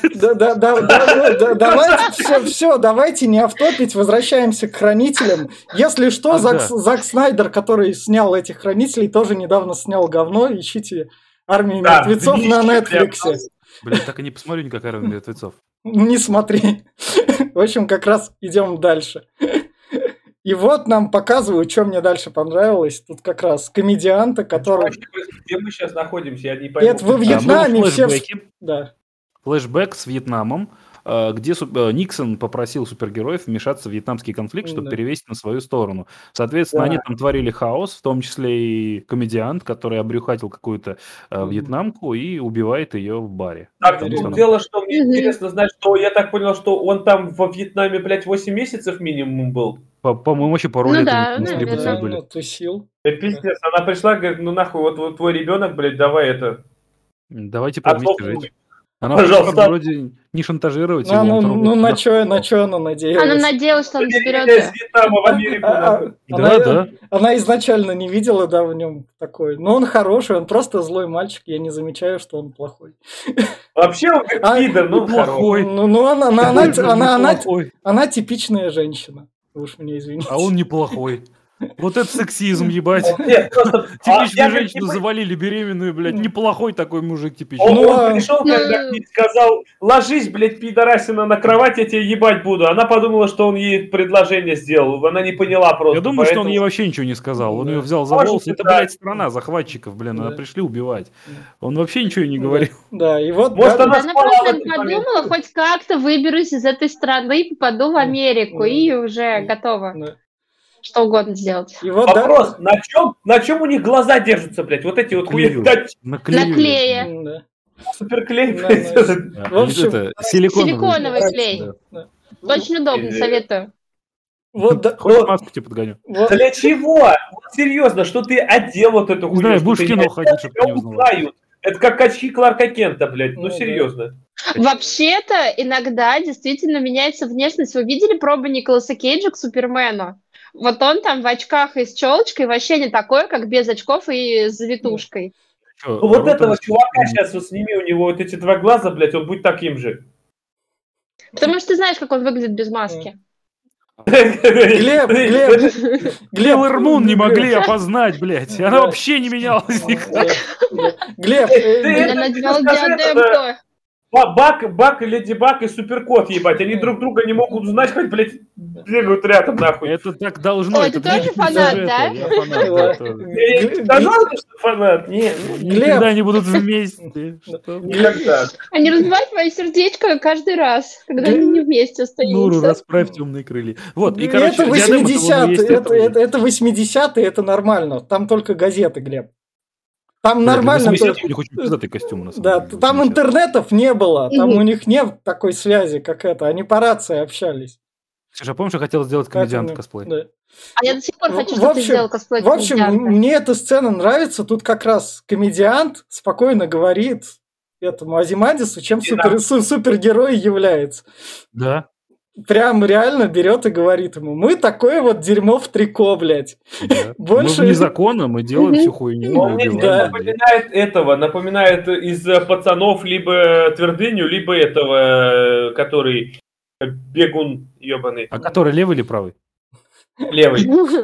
Давайте не автопить, возвращаемся к «Хранителям». Если что, Зак Снайдер, который снял этих «Хранителей», тоже недавно снял говно. Ищите «Армию мертвецов» на Netflix. Блин, так и не посмотрю никак «Армию мертвецов». Не смотри. В общем, как раз идем дальше. И вот нам показывают, что мне дальше понравилось. Тут как раз комедианта, который... Где мы сейчас находимся? Я не пойму. Это во Да, Вьетнаме был все... флешбеки. Да. Флэшбэк с Вьетнамом, где Никсон попросил супергероев вмешаться в вьетнамский конфликт, чтобы Да. перевесить на свою сторону. Соответственно, Да. они там творили хаос, в том числе и комедиант, который обрюхатил какую-то вьетнамку и убивает ее в баре. Так, Потому что она- дело, что мне Мгм. интересно знать, что я так понял, что он там во Вьетнаме, блядь, 8 месяцев минимум был. По-моему, вообще по роли Ну это да, не наверное. дистрибуции Да, были. ну, тусил. Пиздец, она пришла, говорит, ну нахуй, вот твой ребенок, блядь, давай это. Давайте вместе Отцов жить. Она Пожалуйста. правда, вроде не шантажировать его. Ну, он ну, вроде ну, на нахуй. что она надеялась? Она надеялась, что он Переведение заберет. из Вьетнама в Америку. нахуй. Да. Она изначально не видела, да, в нем такой. Но он хороший, он просто злой мальчик. Я не замечаю, что он плохой. Вообще он как пидор, ну плохой. хорош. Ну, она Неплохой. типичная женщина. Вы уж меня извините. А он неплохой. Вот это сексизм, ебать. Нет, просто... Типичную женщину завалили беременную, блядь. Неплохой такой мужик типичный. Он Ну, а- пришел, когда Ну. к ней сказал, ложись, блядь, пидорасина, на кровать, я тебя ебать буду. Она подумала, что он ей предложение сделал. Она не поняла просто. Я думаю, что он поэтому- ей вообще ничего не сказал. Он Да. ее взял за Может, волосы. Это, да. блядь, страна захватчиков, блин. Она Да. пришли убивать. Да. Он вообще ничего и не говорил. Да, и вот... Может, да, она Она спала в просто этот момент. подумала, хоть как-то выберусь из этой страны, попаду в Америку Да. и уже готова да. что угодно сделать. И вот, да. Вопрос, на чем у них глаза держатся, блядь? Вот эти вот Клею. хуетать Наклеили. Наклея. Да. суперклей, Да, блядь. да. Да, В общем, это силиконовый. Силиконовый Да. клей. Да. Очень удобно, советую. Вот, да. Хочешь маску тебе подгоню? Вот, Для чего? Вот серьезно, что ты одел вот эту хуйню? знаю, что будешь ты в кино не ходить, одел, чтоб тебя не узнавали. узнают. Это как очки Кларка Кента, блядь. Ну Ну, да. серьезно. Вообще-то иногда действительно меняется внешность. Вы видели пробы Николаса Кейджа к Супермену? Вот он там в очках и с челочкой вообще не такой, как без очков и с завитушкой. Чё, Ну, вот рот этого растет? чувака сейчас вот сними, у него вот эти два глаза, блядь, он будет таким же. Потому что ты знаешь, как он выглядит без маски. Глеб, Тейлор Мун не Глеб, могли опознать, блядь. Она Да. вообще не менялась никогда. Глеб, Я надевал диадемку. Бак и Леди Баг и Суперкот, ебать. Они друг друга не могут узнать, хоть, блядь, бегают рядом, нахуй. Это так должно. Ой, это ты тоже двигатель фанат, сюжета. да? Я фанат, да, тоже. Я не скажу, что фанат. Не, Никогда Глеб, не будут вместе. Что? никогда. Они разбивают мое сердечко каждый раз, когда они не вместе Нуру, остаются. расправь темные крылья. Вот, и, короче, это диадема, по-моему, 80-е, есть этого. это 80-е, это нормально. Там только газеты, Глеб. Там Блядь, нормально. 80-е у них очень пиздатый костюм, на самом Да, деле. там 80-е. интернетов не было, там Мгм. у них нет такой связи, как это. Они по рации общались. Слушай, а помнишь, я хотел сделать комедианта Поэтому, косплей? да. А я до сих пор хочу, В чтобы ты общем- сделал косплей В общем, комедианта. мне эта сцена нравится. Тут как раз комедиант спокойно говорит этому Азимадису, чем И нам. супергерой является. Да. Прям реально берет и говорит ему: мы такое вот дерьмо в трико, блядь. да. Больше- Мы вне закона, мы делаем Мгм. всю хуйню. Он мы мне убиваем людей. напоминает из пацанов либо Твердыню, либо этого, который бегун ебаный, А который левый или правый? левый.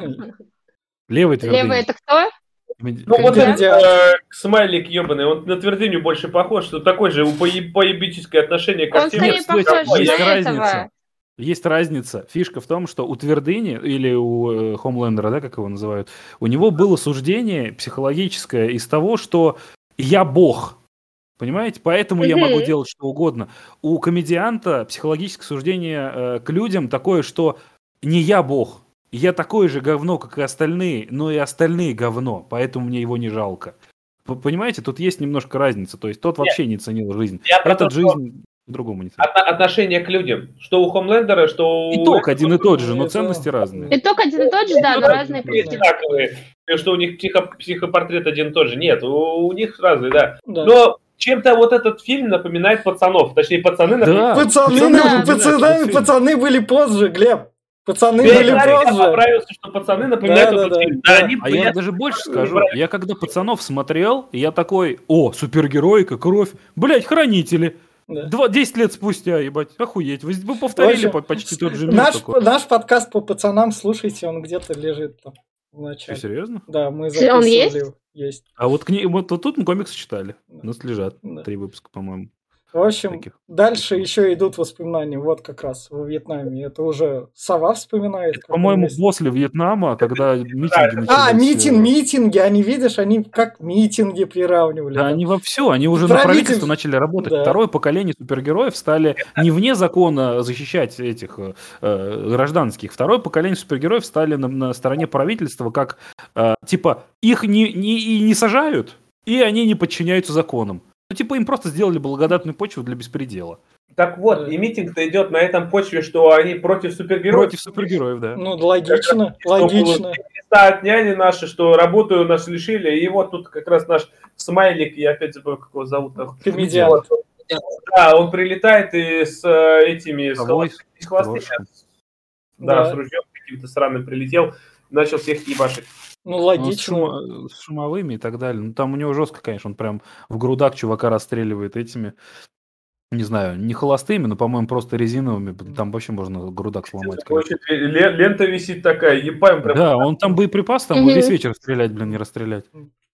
Левый твердыня. Левый это кто? Ну вот Комедиант. этот смайлик ебаный, он на Твердыню больше похож, что такой же поебическое отношение к Он артисту. скорее Нет, стойте, похож есть на разница. этого. Есть разница. Фишка в том, что у Твердыни, или у Хомлендера, да, как его называют, у него было суждение психологическое из того, что я бог. Понимаете? Поэтому я могу Мгм. делать что угодно. У комедианта психологическое суждение к людям такое, что не я бог. Я такое же говно, как и остальные, но и остальные говно, поэтому мне его не жалко. Понимаете, тут есть немножко разница. То есть тот вообще не ценил жизнь. Я про Этот то, что жизнь по-другому не ценил. отношение к людям. Что у Хомлендера, что у... Итог один и тот же, но это- ценности разные. Итог один и тот же, да, но разные пути. одинаковые. Что у них психопортрет один и тот же. Нет, у них разные, да. Да. Но чем-то вот этот фильм напоминает пацанов. Точнее, пацаны напоминают. Да. Пацаны были позже, Глеб. Пацаны Мне были реально позже. понравилось, что пацаны напоминают Да, этот да, фильм. да. Да, они, А я блядь, даже больше скажу. правильно. Я когда пацанов смотрел, я такой: о, супергероика, кровь. Блять, хранители. Да. 10 лет спустя, ебать, охуеть. Вы повторили В общем, почти тот же мир. Наш подкаст по пацанам, слушайте, он где-то лежит там в Что, начале. серьезно? Да, мы Он записывали. есть? Есть. А вот тут мы комиксы читали. У нас лежат Да. 3 выпуска, по-моему. В общем, таких. дальше еще идут воспоминания. Вот как раз во Вьетнаме. Это уже Сова вспоминает. Это, по-моему, после Вьетнама, когда митинги начались. Митинги. Они, видишь, они как митинги приравнивали. Да, там. они вовсю, они уже на правительство начали работать. Да. Второе поколение супергероев стали не вне закона защищать этих гражданских. Второе поколение супергероев стали на стороне правительства, как типа их не сажают, и они не подчиняются законам. Ну, типа им просто сделали благодатную почву для беспредела. Так вот, и митинг-то идет на этом почве, что они против супергероев. Против супергероев, да. Ну, логично. Логично. Отняли наши, что работу нас лишили, и вот тут как раз наш Смайлик, я опять забыл, как его зовут. Комедиант. Да, он прилетает и с этими... С хвостами. Да, с ружьем каким-то сраным прилетел, начал всех ебашить. Ну, логично. С шумовыми и так далее. Ну, там у него жестко, конечно, он прям в грудак чувака расстреливает этими, не знаю, не холостыми, но, по-моему, просто резиновыми. Там вообще можно грудак сломать. Лента висит такая, ебаем прям. Да, он там боеприпас, там весь вечер стрелять, не расстрелять.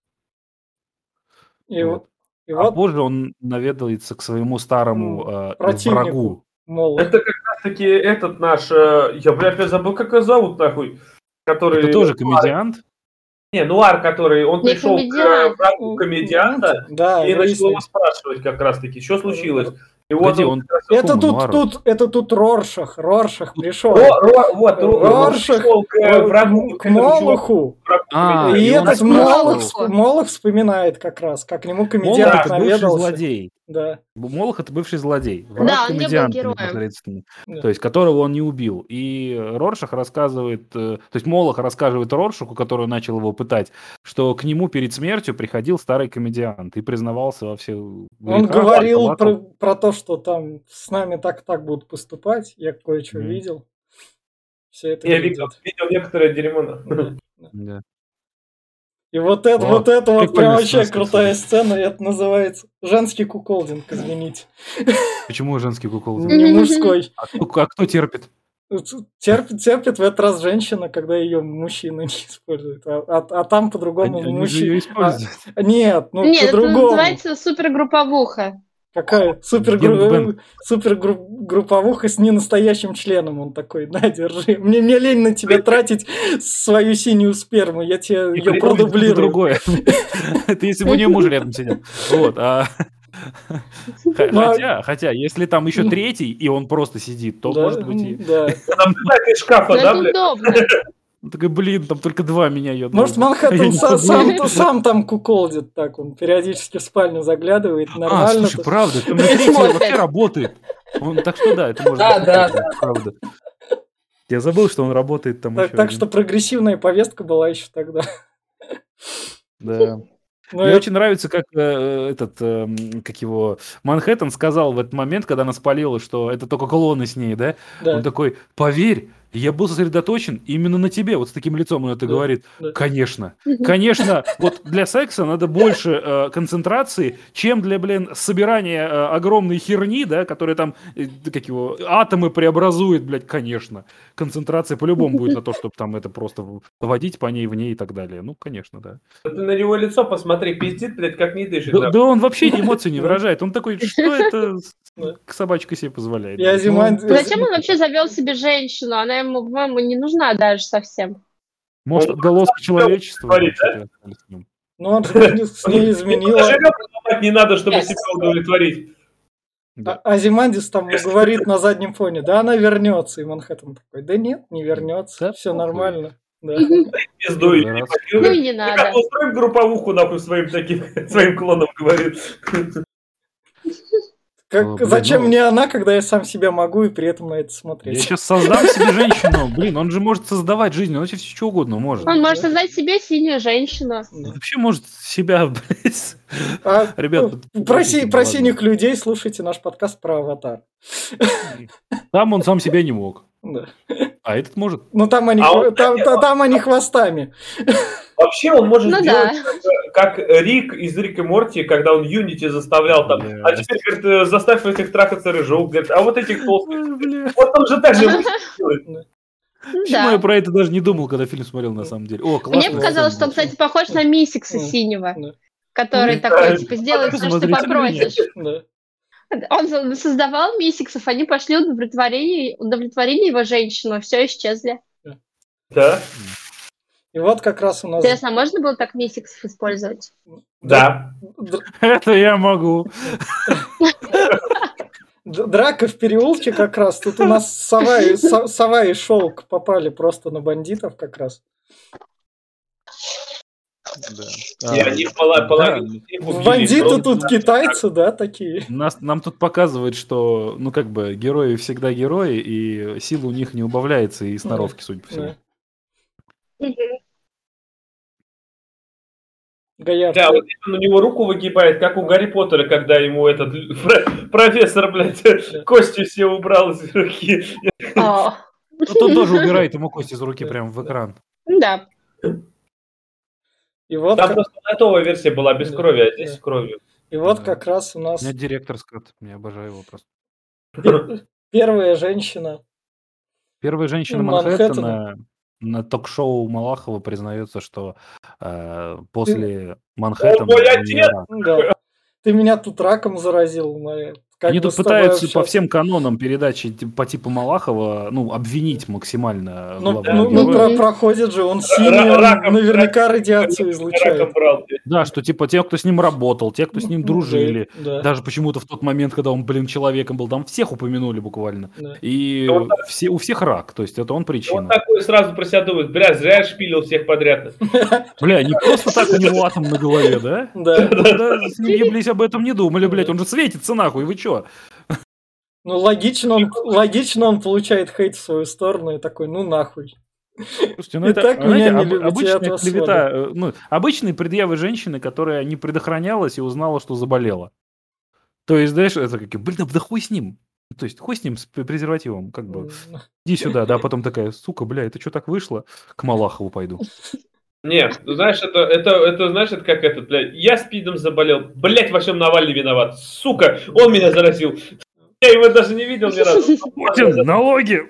А позже он наведывается к своему старому врагу. Это как раз-таки этот наш... Я, опять забыл, как его зовут, нахуй. Который... Это тоже комедиант? Не, Нуар, который... Он пришел к врагу комедианта и начал его спрашивать как раз-таки, что случилось. И вот это тут Роршах пришел. Роршах к врагу. К Молоху. И этот Молох вспоминает как раз, как к нему комедиант наведался. Злодей. Да. Молох — это бывший злодей. Да, он не был героем. То есть, которого он не убил. И Роршах рассказывает... То есть, Молох рассказывает Роршаху, который начал его пытать, что к нему перед смертью приходил старый комедиант и признавался во всех грехах. Он говорил про то, что там с нами так будут поступать. Я кое-что видел. Все это я видел некоторое дерьмо. Да. И вот это прям вообще крутая сцена, и это называется женский куколдинг, извините. Почему женский куколдинг? Не мужской. А кто терпит? Терпит в этот раз женщина, когда ее мужчина не использует. А там по-другому мужчина. Нет, по-другому. Это называется супергрупповуха. Какая супергрупповуха с ненастоящим членом. Он такой: на, держи. Мне лень на тебя тратить свою синюю сперму. Я тебе ее продублирую. Другое. Это если бы у нее муж рядом сидел. Вот. Хотя, если там еще третий, и он просто сидит, то может быть и... Там из шкафа, да, блядь? Он такой, блин, там только два меня ебают. Может, Манхэттен сам там куколдит так, он периодически в спальню заглядывает, нормально. Слушай, правда, там третий вообще работает. Так что да, это может быть. Да, правда. Я забыл, что он работает там еще. Так что прогрессивная повестка была еще тогда. Да. Мне очень нравится, как Манхэттен сказал в этот момент, когда она спалила, что это только клоны с ней, да? Он такой: поверь, я был сосредоточен именно на тебе. Вот с таким лицом он это говорит. Конечно. Конечно, вот для секса надо больше концентрации, чем для, собирания огромной херни, да, которая там, атомы преобразует, конечно. Концентрация по-любому будет на то, чтобы там это просто водить по ней, в ней и так далее. Ну, конечно, да. Ты на него лицо посмотри, пиздит, как не дышит. Да он вообще эмоций не выражает. Он такой: что это собачка себе позволяет? Зачем он вообще завел себе женщину? Она ему, по-моему, не нужна даже совсем. Может, отголоска человечества? Ну, он с ней изменил. Не надо, чтобы себя удовлетворить. Азимандис там говорит на заднем фоне: да, она вернется. И Манхэттен такой: да нет, не вернется. Все нормально. Пизду и не надо. Устроим групповуху, нахуй, своим клонам говорит. Зачем мне она, когда я сам себя могу и при этом на это смотреть? Я сейчас создам себе женщину. Он же может создавать жизнь, он вообще все что угодно может. Он может создать себе синюю женщину. Вообще может себя, блядь. Ребята, про синих людей слушайте наш подкаст про Аватар. Там он сам себя не мог. Да. А этот может. Ну там они хвостами. Вообще он может сделать как Рик из Рик и Морти, когда он Юнити заставлял там. А теперь, говорит, заставь этих трахаться рыжок. Говорит, а вот этих толстых. Вот он же так же может делать. Почему я про это даже не думал, когда фильм смотрел, на самом деле? Мне показалось, что он, кстати, похож на Мисикса синего, который такой, сделай все, что попросишь. Он создавал мисиксов, они пошли, удовлетворили его женщину, все, исчезли. Да? И вот как раз у нас Интересно, а можно было так мисиксов использовать? Да. Это я могу. драка в переулке как раз. Тут у нас сова и шелк попали просто на бандитов как раз. Да. И они половину всех убили. Бандиты Просто тут китайцы, да, такие. Нам тут показывают, что, ну, как бы, герои всегда герои, и сила у них не убавляется и сноровки, судя по всему. Гаяр. Да, вот он у него руку выгибает, как у Гарри Поттера, когда ему этот профессор, блядь, кости все убрал из руки. А, Ну, тот тоже убирает ему кость из руки прямо в экран. Да. И вот, Там просто готовая версия была без крови, а здесь с кровью. и вот Да. как раз у У нас меня директор Скотт, я обожаю его просто. первая женщина. Первая женщина Манхэттена. Манхэттена на ток-шоу Малахова признается, что после Манхэттена... мой у нее отец! рак. Да. Ты меня тут раком заразил. Как Они бы тут с тобой пытаются по общаться. всем канонам передачи по типу Малахова, ну, обвинить максимально Ну, главного ну, героя. проходит же, он синий, он Раком- наверняка радиацию Раком излучает. брал, блядь. Да, что типа те, кто с ним работал, те, кто с ним дружили. Да, Даже почему-то в тот момент, когда он, человеком был, там всех упомянули буквально. да. И Ну, вот у всех рак, то есть это он Он причина. такой сразу про себя думает, бля, зря я шпилил всех подряд. Бля, не просто так у него атом на голове, да? Да. Когда с ним еблись, об этом не думали, блядь, он же светится нахуй, вы чё? Ну, логично он получает хейт в свою сторону и такой, ну нахуй. Слушайте, ну И это, так знаете, меня не любите, я обычная от вас клевета, ну, обычные предъявы женщины, которая не предохранялась и узнала, что заболела. То есть, знаешь, это как, блин, да хуй с ним. То есть, хуй с ним, с презервативом, как бы, иди сюда, да, а потом такая, сука, бля, это что так вышло? К Малахову пойду. Нет, ну знаешь, это знаешь, это как этот, блядь, я спидом заболел, блядь, во всем Навальный виноват, сука, он меня заразил. Я его даже не видел ни разу. Путин, налоги!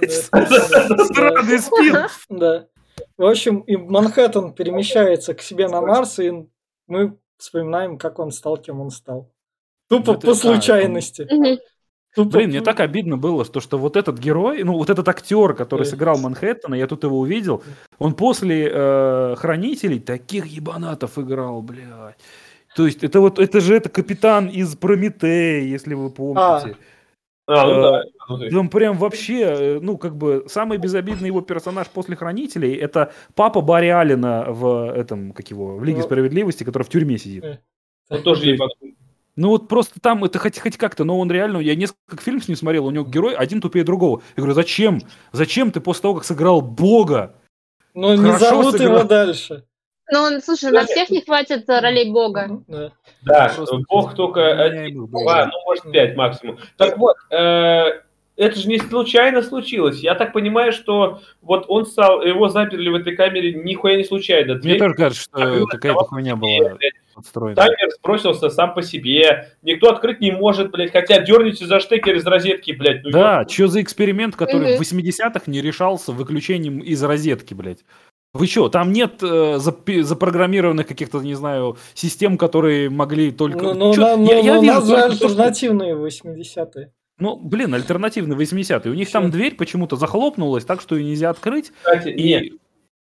Странный спин! Да. В общем, и Манхэттен перемещается к себе на Марс, и мы вспоминаем, как он стал, кем он стал. Тупо по случайности. Тупо Блин, мне так обидно было, что вот этот герой, ну вот этот актер, который сыграл Манхэттена, я тут его увидел, он после Хранителей таких ебанатов играл, блядь. То есть это же капитан из Прометея, если вы помните. Ну да. Он прям вообще, ну как бы самый безобидный его персонаж после Хранителей это папа Барри Аллена в в Лиге Справедливости, который в тюрьме сидит. Он тоже ебаный. Ну вот просто там это хоть как-то, но он реально, я несколько фильмов с ним смотрел, у него герой один тупее другого. Я говорю, зачем? Зачем ты после того, как сыграл Бога? Ну, не Хорошо зовут сыграл. его дальше. Ну, слушай, на всех не хватит ролей бога. Да. Да, Просто Бог только меня один, ему два, ну может 5 максимум. Так вот, это же не случайно случилось. Я так понимаю, что вот он стал, его заперли в этой камере нихуя не случайно. Мне Дверь тоже кажется, что открылась какая-то сама хуйня по была себе, блядь. подстроена. Таймер сбросился сам по себе. Никто открыть не может, блядь. Хотя дерните за штекер из розетки, блядь. Ну, Да, что за эксперимент, который Мгм. в 80-х не решался выключением из розетки, блядь? Вы что, там нет запрограммированных каких-то, не знаю, систем, которые могли только... Ну, Чё? у Я вижу нас же только то, что- альтернативные 80-е. Ну, блин, альтернативный 80-й. У них Чё? там дверь почему-то захлопнулась, так что ее нельзя открыть. кстати, И нет.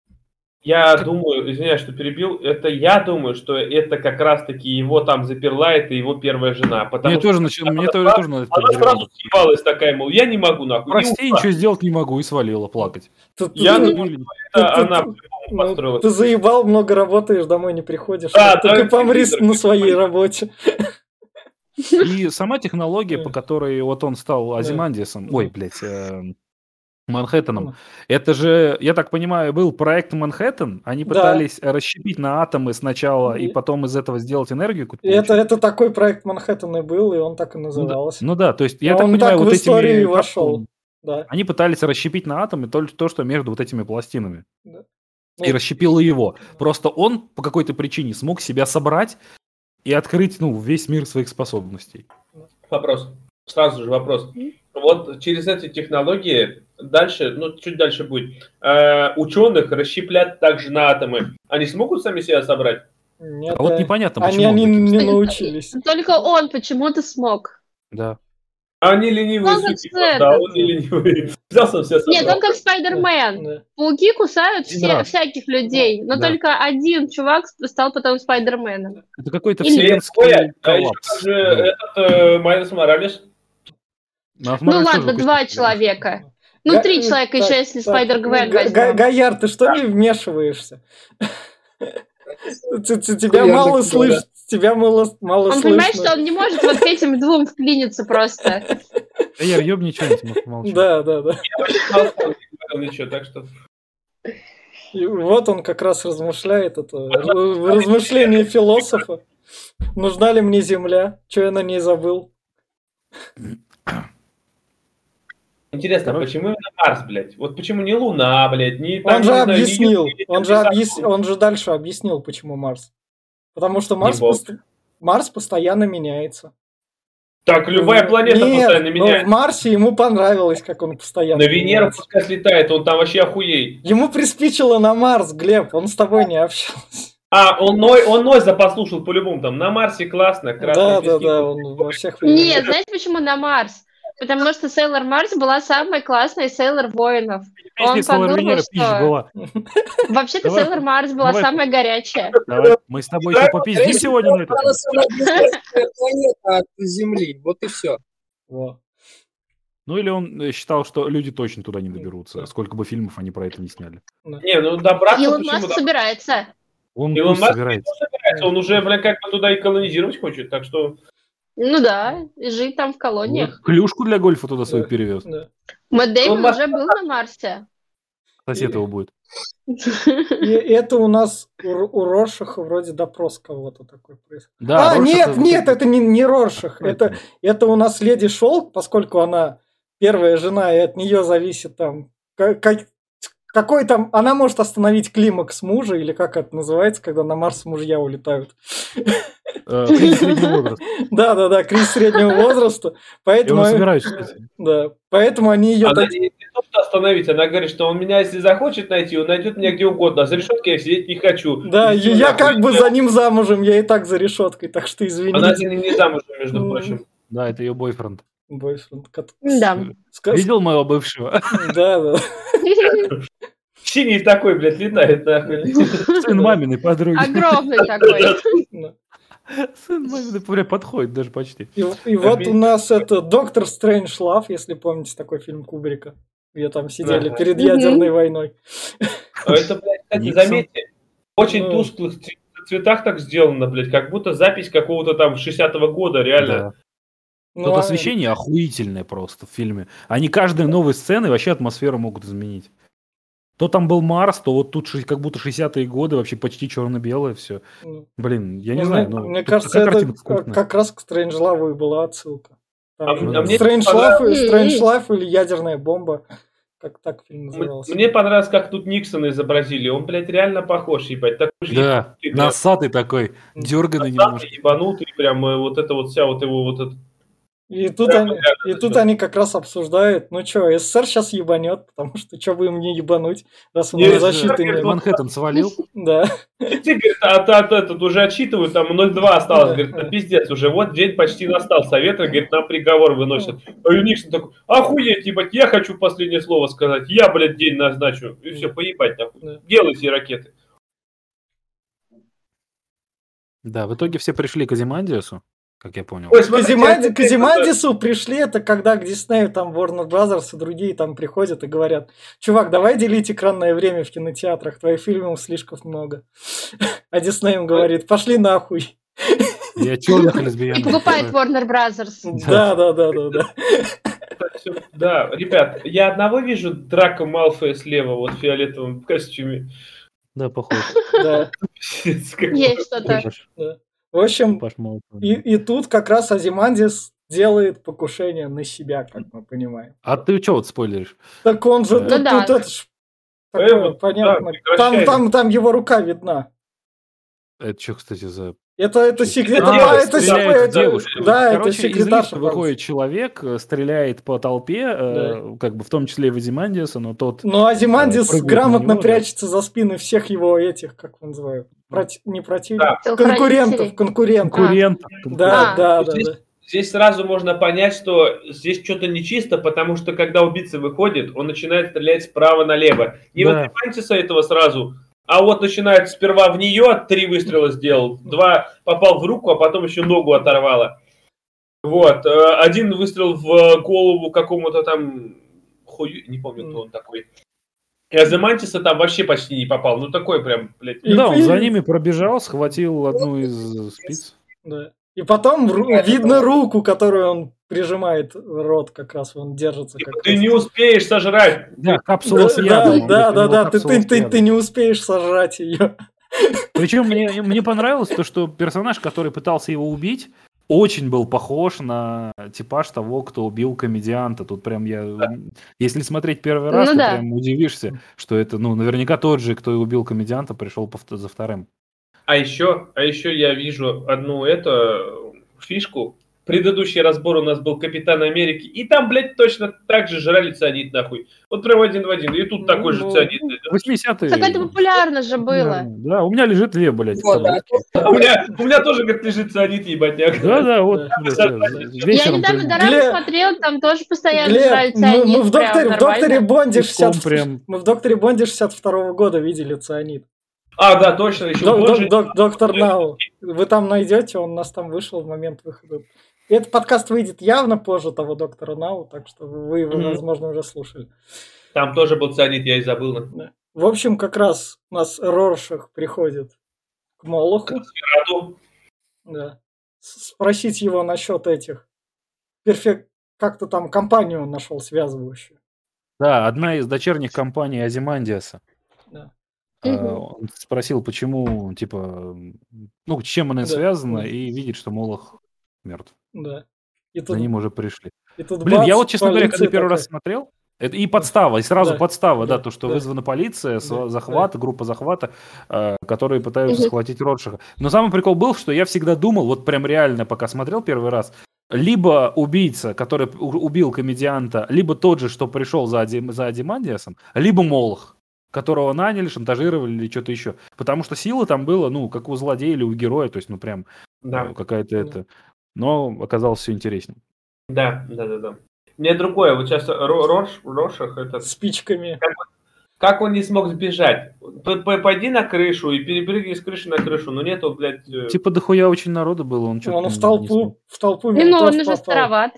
Я думаю, извиняюсь, что перебил, я думаю, что это как раз-таки его там заперла, это его первая жена. Потому мне что тоже на это она перебивало. сразу съебалась такая, мол, я не могу нахуй. Прости, И ушла. ничего сделать не могу, и свалила плакать. Я Ты- думаю, что это ты- она ты- по-моему, построила. ты заебал, много работаешь, домой не приходишь. Да, Так да, и помри телевизор, на ты своей понимаешь. работе. И сама технология, по которой вот он стал Азимандисом, Да. ой, блядь, Манхэттеном, это же, я так понимаю, был проект Манхэттен, они Да. пытались расщепить на атомы сначала, и И- потом из этого сделать энергию какую-то И это получить. такой проект Манхэттена и был, и он так и Ну да, назывался. ну да, то есть, я А так он понимаю, так в вот историю и этими вошел. капсулами, Да. они пытались расщепить на атомы только то, что между вот этими пластинами. Да. И Ну, расщепило его. Просто он по какой-то причине смог себя собрать и открыть, ну, весь мир своих способностей. Вопрос. Сразу же вопрос. Вот через эти технологии дальше, ну чуть дальше будет, ученых расщеплят также на атомы. Они смогут сами себя собрать? нет, А вот непонятно, они почему он таким не стал. научились. Только он почему-то смог. Да. А они ленивые Он как суки. Да, этот. он не ленивый. Взялся все Нет, собрал. он как Спайдермен. Да. Пауки кусают Один раз. всяких людей, но Да. только один чувак стал потом Спайдерменом. Это какой-то Или- вселенский А еще коллапс. как же этот Майлз Моралес. Ну, Ну ладно, 2 человека. Ну, 3 человека еще, если Спайдер-Гвен возьмем. Гаяр, ты что не вмешиваешься? Тебя Я мало так слышно. Тебя мало Он понимает, слышно. что он не может вот к этим 2 вклиниться просто. Да я ёбни что-нибудь, молчу. Да. Ничего, так что... И вот он как раз размышляет, это размышление философа. Нужна ли мне Земля? Че я на ней забыл? Интересно, Короче. почему именно Марс, блядь? Вот почему не Луна, блядь, не... Он там, же не знаю, не объяснил, Юпитер, он же дальше объяснил, почему Марс. Потому что Марс, бог. Марс постоянно меняется. Так, любая планета Нет, постоянно но меняется. в Марсе ему понравилось, как он постоянно На Венеру меняется. пускай слетает, он там вообще охуеет. Ему приспичило на Марс, Глеб, он с тобой не общался. Он Нойза послушал по-любому, там, на Марсе классно, красные пески. Да, он во всех... Нет, знаете, почему на Марс? Потому что Сейлор Марс была самой классной Сейлор Воинов. Он Песня Сейлор подумал, Венера пищ что... была. Вообще-то Давай. Сейлор Марс была Давай. самая горячая. Давай, мы с тобой еще попиздим сегодня на это. Она самая близкая планета от Земли. Вот и все. Во. Ну или он считал, что люди точно туда не доберутся, сколько бы фильмов они про это не сняли. Не, ну добраться Илон почему? Маск собирается. Он Илон пусть Маск собирается. собирается, он уже, блин, как бы туда и колонизировать хочет, так что... Ну да, и жить там в колониях. Вот клюшку для гольфа туда свою перевез. Да. Мэтт Дэймон Маск- уже был на Марсе. Сосед его будет. И это у нас у Роршаха вроде допрос кого-то такой происходит. Да, Роршах Нет, это не Роршах. Поэтому. Это у нас Леди Шелк, поскольку она первая жена, и от нее зависит там... Какой там... Она может остановить климакс мужа, или как это называется, когда на Марс мужья улетают. Кризис среднего возраста. Да, кризис среднего возраста. Я Поэтому... уже собираюсь, кстати. Да, поэтому они ее... Она не то, что остановить, она говорит, что он меня, если захочет найти, он найдет меня где угодно, а за решеткой я сидеть не хочу. Да, Иди я нахуй. как бы за ним замужем, я и так за решеткой, так что Она извините. не замужем, между прочим. Да, это ее бойфренд. Бойфренд. Да. Видел моего бывшего? Да. Синий такой, блядь, летает нахуй. Сын маминой подруги. Огромный такой. Да. Сын маминой прям подходит даже почти. И вот у нас это Доктор Стрэндж Лав, если помните такой фильм Кубрика, где там сидели Ага. перед ядерной войной. А это, блядь, кстати, Никсон. заметьте, в очень Ну. тусклых цветах так сделано, блядь, как будто запись какого-то там 60-го года, реально. Да. Ну, Тут а- освещение охуительное просто в фильме. Они каждой новой сцены вообще атмосферу могут изменить. То там был Марс, то вот тут как будто 60-е годы, вообще почти черно-белое все. ну, Блин, я не ну, знаю. Мне тут кажется, такая это картинка вкусная. как раз к Стрэндж Лаву и была отсылка. А мне Стрэндж понравилось- Лав или ядерная бомба, как так фильм назывался. Мне понравилось, как тут Никсона изобразили. Он, блядь, реально похож, ебать. Такой же Да, ебанутый, носатый такой, дерганый блядь, немножко. ебанутый, прям вот это вот вся вот его вот это. И тут они как раз обсуждают, ну что, СССР сейчас ебанет, потому что что бы им не ебануть, раз у нас Нет, защиты нет. Манхэттен свалил. Да. Те, говорит, этот уже отчитывают, там 0,2 осталось. Да. Говорит, пиздец, уже вот день почти настал. Советы, говорит, нам приговор выносят. А Никсон такой, охуеть, ебать, я хочу последнее слово сказать. Я, блядь, день назначу. И все, поебать нахуй. Да. Делайте ракеты. Да, в итоге все пришли к Азимандиусу, как я понял. Ой, К смотрите, Азимандису пришли, это когда к Диснею, там Warner Brothers и другие там приходят и говорят, чувак, давай делить экранное время в кинотеатрах, твоих фильмов слишком много. А Дисней им говорит, пошли нахуй. Я черных И лесбиян. покупает Warner Brothers. Да. Да, ребят, я одного вижу Драко Малфоя слева, вот в фиолетовом костюме. Да, похож. Да. Пиздец, какой. Есть что-то. В общем, Пошмал. и тут как раз Азимандис делает покушение на себя, как мы понимаем. А ты что вот спойлеришь? Так он же, Ну тут да. это ж такое, вот, понятно. да, прекращай. Там его рука видна. Это что, кстати, за... Это секрет. А, Это стреляет в это- девушку. Да, это Короче, из секретарша. лифта выходит человек, стреляет по толпе, Да. как бы в том числе и в Азимандиуса, но тот... Но Азимандис Прыгает грамотно на него, да. прячется за спины всех его этих, как его называют, не противников, Да. конкурентов. Конкурент. Да. Здесь здесь сразу можно понять, что здесь что-то нечисто, потому что когда убийца выходит, он начинает стрелять справа налево. Не Да. вот Мантиса этого сразу, а вот начинает сперва в нее 3 выстрела сделал, 2 попал в руку, а потом еще ногу оторвало. Вот, 1 выстрел в голову какому-то там хую, не помню, кто он такой. И Аземантиса там вообще почти не попал. Ну такой прям, блядь. Да, он за ними пробежал, схватил одну из спиц. Да. И потом видно руку, которую он прижимает в рот, как раз он держится. Типа, как ты раз. не успеешь сожрать. Да, капсула с ядом. Да, ты не успеешь сожрать ее. Причем мне понравилось то, что персонаж, который пытался его убить, очень был похож на типаж того, кто убил комедианта. Тут прям если смотреть первый раз, Ну ты да. прям удивишься, что это, наверняка тот же, кто и убил комедианта, пришел за вторым. А еще я вижу одну фишку. Предыдущий разбор у нас был Капитан Америки. И там, блядь, точно так же жрали цианид, нахуй. Вот прям один в один. И тут такой же цианид. 80-е. Так это популярно же было. Да, у меня лежит 2, блядь, в Вот, таблетке. У меня тоже, говорит, лежит цианид, ебатняк. Да, вот, блядь, Я Я вечером недавно прям Дорама смотрел, там тоже постоянно жрали Глеб, цианид. мы в Докторе Бонде пешком прям. мы в Докторе Бонде 62 года видели цианид. А, да, точно, еще Бонжи. Доктор Нау. Вы там найдете, он у нас там вышел в момент выхода. Этот подкаст выйдет явно позже того Доктора Нау, так что вы его, возможно, уже слушали. Там тоже был цианид, я и забыл. Да. В общем, как раз у нас Роршах приходит к Молоху. Да. Спросить его насчет этих. Как-то там компанию он нашел связывающую. Да, одна из дочерних компаний Азимандиаса. Да. Он спросил, почему, типа, с чем она связана, и видит, что Молох мертв. Да. За ним уже пришли. И тут Блин, бац, я вот, честно говоря, когда первый такая. раз смотрел, это и подстава, и сразу Да, подстава, да, то, что да. вызвана полиция, Да, захват, группа захвата, которые пытаются схватить Ротшиха. Но самый прикол был, что я всегда думал, вот прям реально, пока смотрел первый раз, либо убийца, который убил комедианта, либо тот же, что пришел за Азимандиасом, либо Молох, которого наняли, шантажировали или что-то еще. Потому что сила там была, как у злодея или у героя, то есть, прям какая-то это... Но оказалось все интереснее. Да. Мне другое, вот сейчас Роршах этот... Спичками. Как он не смог сбежать? Пойди на крышу и перепрыгни с крыши на крышу, но нету, блядь... Типа дохуя очень народу было, он что-то Он в толпу Ну, он ментов уже попал. староват.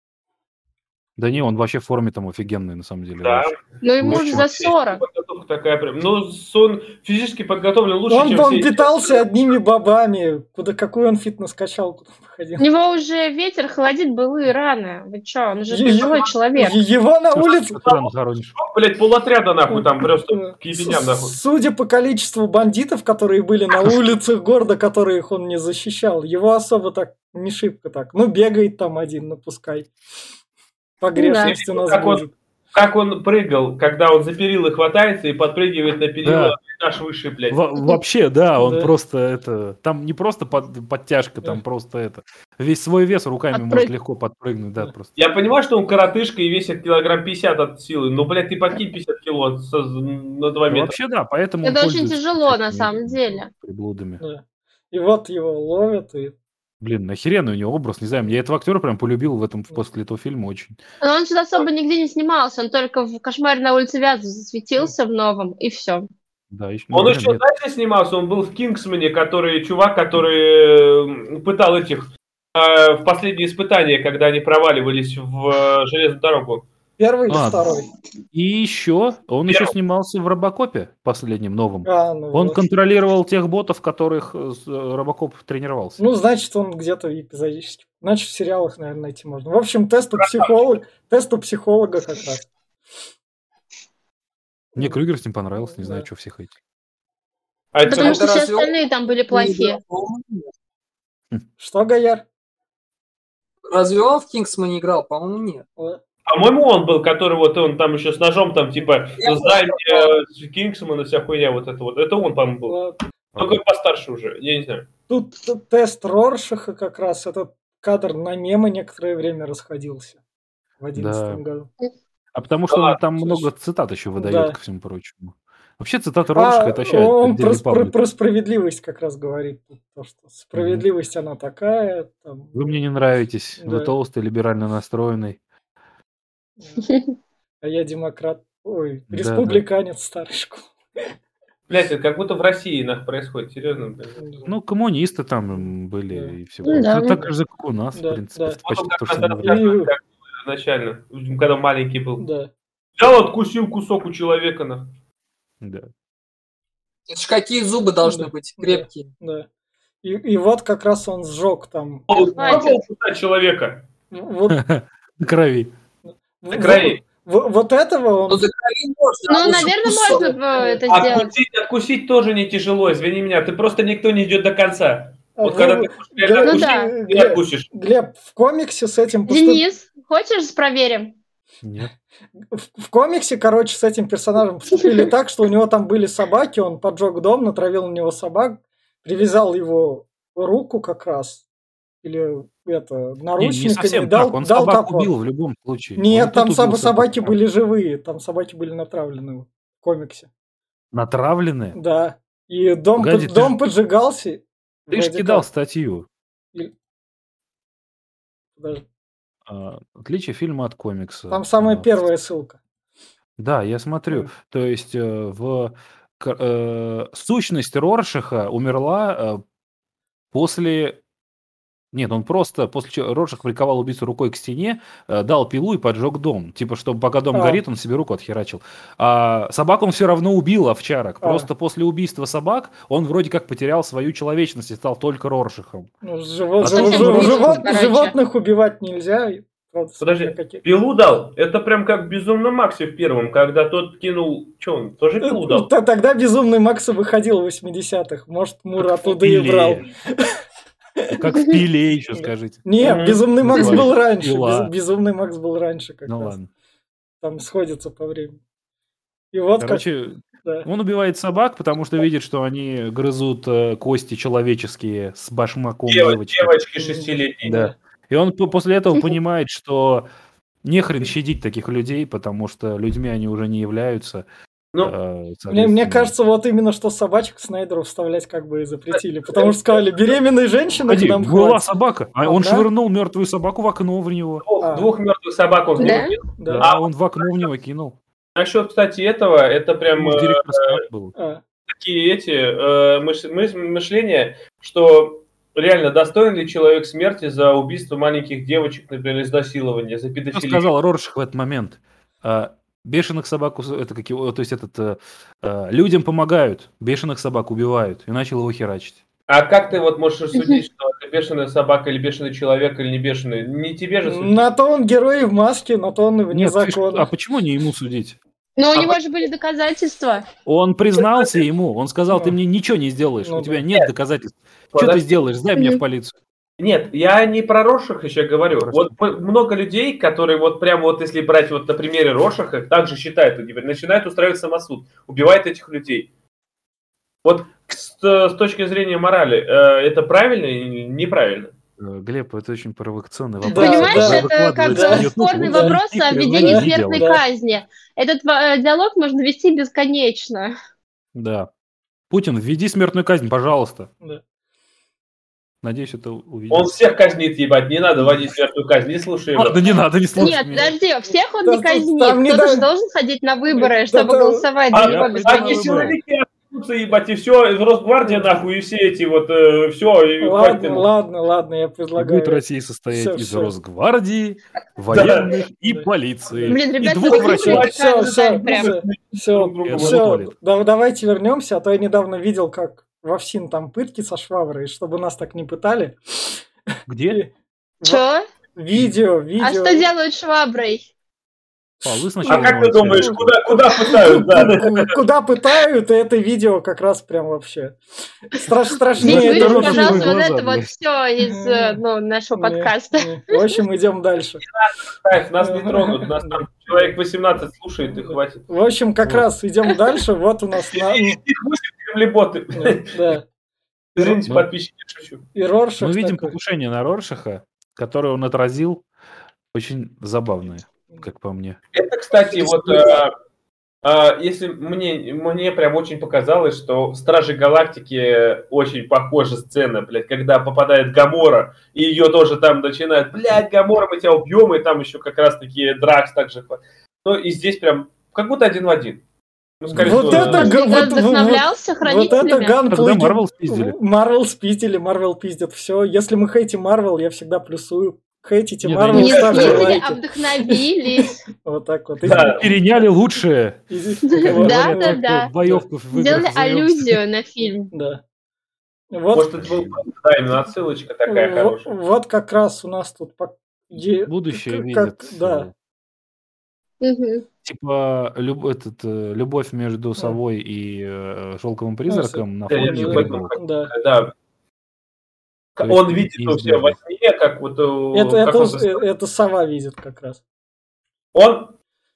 Да не, он вообще в форме там офигенный, на самом деле. Да. вообще. Ну, ему Лучше. уже за 40. Подготовка такая прям. Ну, он физически подготовлен лучше, чем Он все. питался одними бобами. Какой он фитнес-качалку ходил. У него уже ветер холодит былые раны. Вы чё, он уже пожилой человек. Его на улице... Рано хоронишь. Блядь, полотряда нахуй там просто к ебеням нахуй. Судя по количеству бандитов, которые были на улицах города, которых он не защищал, его особо так не шибко так. Ну, бегает там один, пускай. Погрешность у нас будет. Как он прыгал, когда он за перила хватается и подпрыгивает на перила этаж выше, блядь. Вообще, да, он Да. просто это... Там не просто подтяжка, там просто это... Весь свой вес руками может легко подпрыгнуть, да, просто. Я понимаю, что он коротышка и весит килограмм 50 от силы, но, блядь, ты подкинь 50 кило на 2 метра. Вообще, да, поэтому он Это очень пользуется тяжело, на всякими самом деле. приблудами. Да. И вот его ловят, и Блин, охеренный у него образ, не знаю, я этого актера прям полюбил после этого фильма очень. Но он же особо нигде не снимался, он только в «Кошмаре на улице Вязов» засветился в новом, и все. Да, Он еще дальше снимался, он был в «Кингсмане», чувак, который пытал этих в последние испытания, когда они проваливались в железную дорогу. первый или второй? И еще, он еще снимался в «Робокопе» последнем, новом. Ну Он вот. контролировал тех ботов, которых Робокоп тренировался. Ну, значит, он где-то эпизодически. Значит, в сериалах, наверное, найти можно. В общем, тест у психолога как раз. Мне Крюгер с ним понравился, не знаю, что всех этих. Потому что все развел? остальные там были плохие. Что, Гояр? Разве он в Кингсмане играл? По-моему, нет. По-моему, он был, который вот он там еще с ножом там типа сдай мне Кингсмана, вся хуйня вот это вот. Это он, по-моему, был. Только постарше уже, я не знаю. Тут тест Роршаха как раз, этот кадр на мемы некоторое время расходился в 2011 году. А потому что он там много цитат еще выдает, Да. ко всему прочему. Вообще цитата Роршаха это вообще он про, отдельный паблик. про справедливость как раз говорит. То, что справедливость она такая. Там, Вы мне не нравитесь, вы да. толстый, либерально настроенный. А я демократ. Ой, Да, республиканец старой школы. Блять, это как будто в России нах происходит, серьезно. Ну, коммунисты там Да. были и все. Ну да. Так же, как у нас, Да, в принципе, да. в почти Вот в то как же нас самое время. рассказывали, как было изначально, когда маленький был. Да. Взял, откусил кусок у человека, нах. Да. Это ж какие зубы должны Да, быть да. крепкие. Да. И вот как раз он сжег там. Он Хватит. пробовал кусать человека Вот, На крови. на крови. вот этого Ну, он... до крови можно. Ну, а уж наверное, кусок. можно это сделать. Откусить тоже не тяжело, извини меня. Ты просто никто не идет до конца. А Вот когда ты хочешь реально Ну откусить, да. ты откусишь. Глеб, в комиксе с этим... Денис, хочешь проверим? Нет. В комиксе, короче, с этим персонажем поступили так, что у него там были собаки, он поджег дом, натравил на него собак, привязал его руку как раз, или это, Не наручниками, совсем дал, так. Он дал собак топор. убил в любом случае. Нет, Он там тут убил собаки собаку. были живые, там собаки были натравлены в комиксе. Натравленные. Да. И дом, Погоди, ты дом ж- поджигался. Ты же вроде кидал как. статью. Даже. Отличие фильма от комикса. Там самая первая ссылка. Да, я смотрю. То есть сущность Роршаха умерла после... Нет, он просто после чего Роршах приковал убийцу рукой к стене, дал пилу и поджег дом. Типа, чтобы пока дом горит, он себе руку отхерачил. А собак он все равно убил, овчарок. Просто после убийства собак он вроде как потерял свою человечность и стал только Роршахом. Ну, короче. животных убивать нельзя. Правда, Подожди, какие- пилу дал? Это прям как в Безумном Максе в первом, когда тот кинул... Че он, тоже пилу дал? Тогда Безумный Макс и выходил в 80-х. Может, Мур Как в оттуда и «Пиле». брал. Как в пиле еще скажите. Не, Мгм. Безумный Макс Бывает. был раньше. Пила. Безумный Макс был раньше как Ну раз. ладно. Там сходится по времени. И вот Короче, да. он убивает собак, потому что видит, что они грызут кости человеческие с башмаком девочки. Девочки 6-летней. Да. И он после этого понимает, что нехрен щадить таких людей, потому что людьми они уже не являются. Ну, Мне соответственно. кажется, вот именно что собачек Снайдеру вставлять как бы и запретили. Потому что сказали, беременные женщины к Погоди, нам была хватит. собака, а он Одна? швырнул мертвую собаку в окно в него. Двух мертвых собак он в Да? него кинул. Да. Да, он в окно в него кинул. Насчет, кстати, этого, это прям Ну, директор склад был. такие мышления, что реально достоин ли человек смерти за убийство маленьких девочек, например, изнасилование, за Что педофилию. сказал Роршах в этот момент? Бешеных собак, это какие, то есть людям помогают, бешеных собак убивают, и начал его херачить. А как ты вот можешь судить, что это бешеная собака или бешеный человек, или не бешеный? Не тебе же судить. На то он герой в маске, на то он и вне Нет, закона. а почему не ему судить? Но у него же были доказательства. Он признался ему, он сказал, ты Ну. мне ничего не сделаешь, Ну у тебя да. нет доказательств. Что ты Подожди. сделаешь? Сдай мне в полицию. Нет, я не про Роршаха еще говорю. Хорошо. Вот много людей, которые вот прямо вот если брать вот на примере Роршаха, также считают, начинают устраивать самосуд, убивают этих людей. Вот с точки зрения морали, это правильно или неправильно? Глеб, это очень провокационный вопрос. Да, Понимаешь, да. это как Да. бы спорный Да. вопрос о введении Да. смертной Да. казни. Этот диалог можно вести бесконечно. Да. Путин, введи смертную казнь, пожалуйста. Да. Надеюсь, это Он увидится. всех казнит, ебать, не надо вводить смертную казнь, не слушай его. Ладно, не надо, не слушай Нет, меня. подожди, всех он Да, не казнит. там не Кто-то да- же должен ходить на выборы, Да, чтобы да. голосовать А за него я без пойду на они комиссии. выборы. силовики остаются, ебать, и все, и Росгвардия, нахуй, и все эти вот, все, и хватит ему. Ладно, я И предлагаю. будет Россия состоять Всё, из всё. Росгвардии, военных и Да. полиции. Блин, И ребят, двух вы врачей. слушайте, как ждать прям. Все, давайте вернемся, а то я недавно видел, как во ФСИН там пытки со шваброй, чтобы нас так не пытали. Где? Чё? Видео. А что делают шваброй? Полы сначала А как ты моют, думаешь, конечно. куда пытают, да? Куда пытают, и это видео как раз прям вообще страшнее. Вить, это этого вырежи, Роршах пожалуйста, твои вот глаза, это вот блядь. все из нашего Не, подкаста. не. В общем, идем дальше. Кайф, нас не тронут, нас там человек 18 слушает, и хватит. В общем, как Вот. раз идем дальше. Вот у нас Их 8 кремлеботы. да. Извините, Ну. подписчики, шучу. И Роршах Мы видим такой. покушение на Роршаха, которое он отразил, очень забавное, как по мне. Это, кстати, вот Если мне прям очень показалось, что в Страже Галактики очень похожа сцена, блядь, когда попадает Гамора, и ее тоже там начинают, блядь, Гамора, мы тебя убьем, и там еще как раз-таки Дракс также. Ну и здесь прям как будто один в один. Ну, скорее Вот всего, это да. Вдохновлялся вот это хранителями. ганплей. Когда Marvel спиздили. Marvel спиздили, Marvel пиздят. Все, если мы хейтим Marvel, я всегда плюсую. Хейтите Нет, Marvel, они Не ставьте спиздили, лайки. а вдохновились. Вот так вот. Да. Переняли лучшее. Да, Вот, да, да. Боевку в играх Сделали зовёмся. аллюзию на фильм. да. Может, это был да, именно отсылочка такая хорошая. Вот как раз у нас тут Будущее как, видит. да. Мгм. Типа любовь между совой и шелковым призраком на Да, фоне я игры поэтому Бога. Да. Да. То Он есть видит у неизбежно. себя во сне, как вот... как он Это сова видит как раз. Он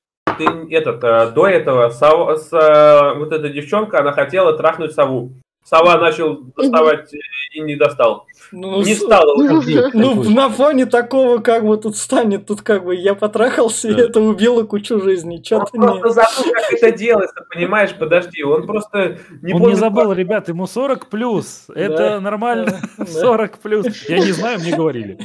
до этого вот эта девчонка, она хотела трахнуть сову. Сова начал доставать и не достал. Ну, Не встала. ну, на фоне такого, как бы тут станет, тут как бы я потрахался, и Да. это убило кучу жизней. Он Чё-то просто не... забыл, как это делается, понимаешь? Подожди, он просто не Он помнит, не забыл, ребят, ему 40 плюс. Это нормально. Да. 40 плюс. Я не знаю, мне говорили.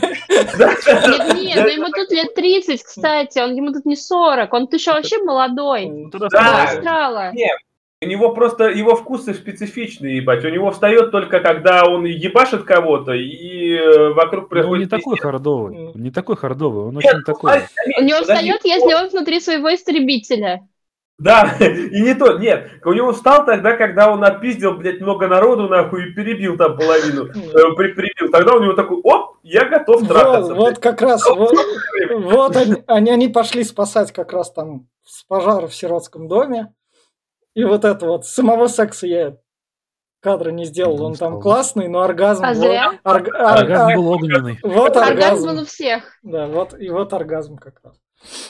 Нет, но ему тут лет 30, кстати. Ему тут не 40. Он еще вообще молодой. Туда Да. сказали. Астрала. Нет, у него просто его вкусы специфичные, ебать. У него встает только когда он ебашит кого-то, и вокруг Но он происходит не такой пиздец. хардовый. Не такой хардовый, он Нет, очень такой. заметь, У него подожди, встает, если он внутри своего истребителя. Да, и не то, нет. У него встал тогда, когда он отпиздил, блядь, много народу, нахуй, и перебил там половину. Прибил. Тогда у него такой, оп, я готов трахаться. Вот как раз, вот они пошли спасать как раз там с пожара в сиротском доме. И вот это вот, самого секса я кадра не сделал, он там классный, но оргазм... А зря? Оргазм был огненный. Вот Оргазм был у оргазм. всех. Да, вот оргазм как раз.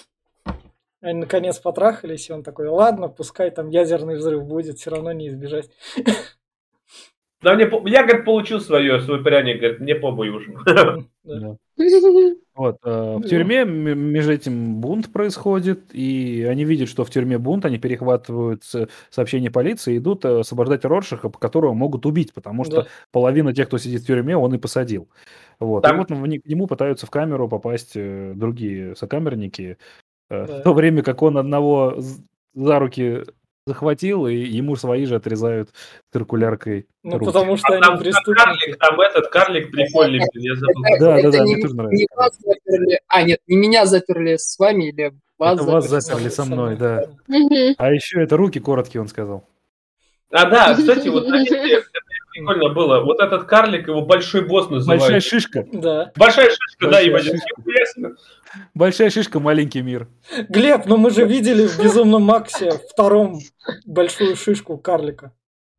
Они наконец потрахались, и он такой, ладно, пускай там ядерный взрыв будет, все равно не избежать. Да, я, говорит, получил свой пряник, говорит, мне побой уже. Да. Вот, в тюрьме между этим бунт происходит, и они видят, что в тюрьме бунт, они перехватывают сообщение полиции и идут освобождать Роршаха, которого могут убить, потому что Да. половина тех, кто сидит в тюрьме, он и посадил. Вот. Там- И вот к нему пытаются в камеру попасть другие сокамерники, Да. в то время как он одного за руки захватил, и ему свои же отрезают циркуляркой Ну, руки. потому что они Там преступники. там этот карлик прикольный, блин, я забыл. Да, Это мне не тоже нравится. вас заперли. Нет, не меня заперли с вами или вас Это вас заперли. заперли со мной, да. Мгм. А еще это руки короткие, он сказал. Да, кстати, вот заметьте, это прикольно было. Вот этот карлик, его большой босс называют. Большая шишка. Да. Большая шишка, да, Большая ебать. шишка. Нихуя себе. Большая шишка, маленький мир. Глеб, ну мы же видели в «Безумном Максе» втором большую шишку карлика.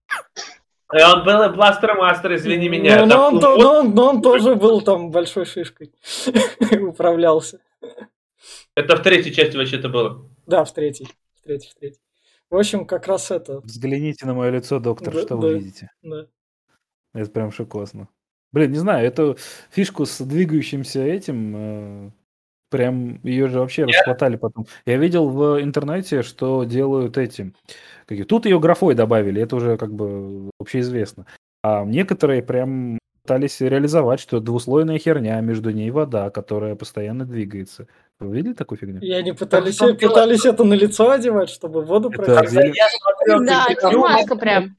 Он был и бластер-мастер, извини меня. Ну, Там был босс. но он тоже был там большой шишкой. Управлялся. Это в третьей части вообще-то было. Да, в третьей. В общем, как раз это. Взгляните на мое лицо, доктор, Да, что вы да. видите? Да. Это прям шикосно. Блин, не знаю, эту фишку с двигающимся этим, прям ее же вообще расхватали потом. Я видел в интернете, что делают этим. Тут ее графой добавили, это уже как бы общеизвестно. А некоторые прям пытались реализовать, что двуслойная херня, между ней вода, которая постоянно двигается. Вы видели такую фигню? И они пытались это на лицо одевать, чтобы воду Это пройти. Когда я смотрел Да, это как видео, маска прям.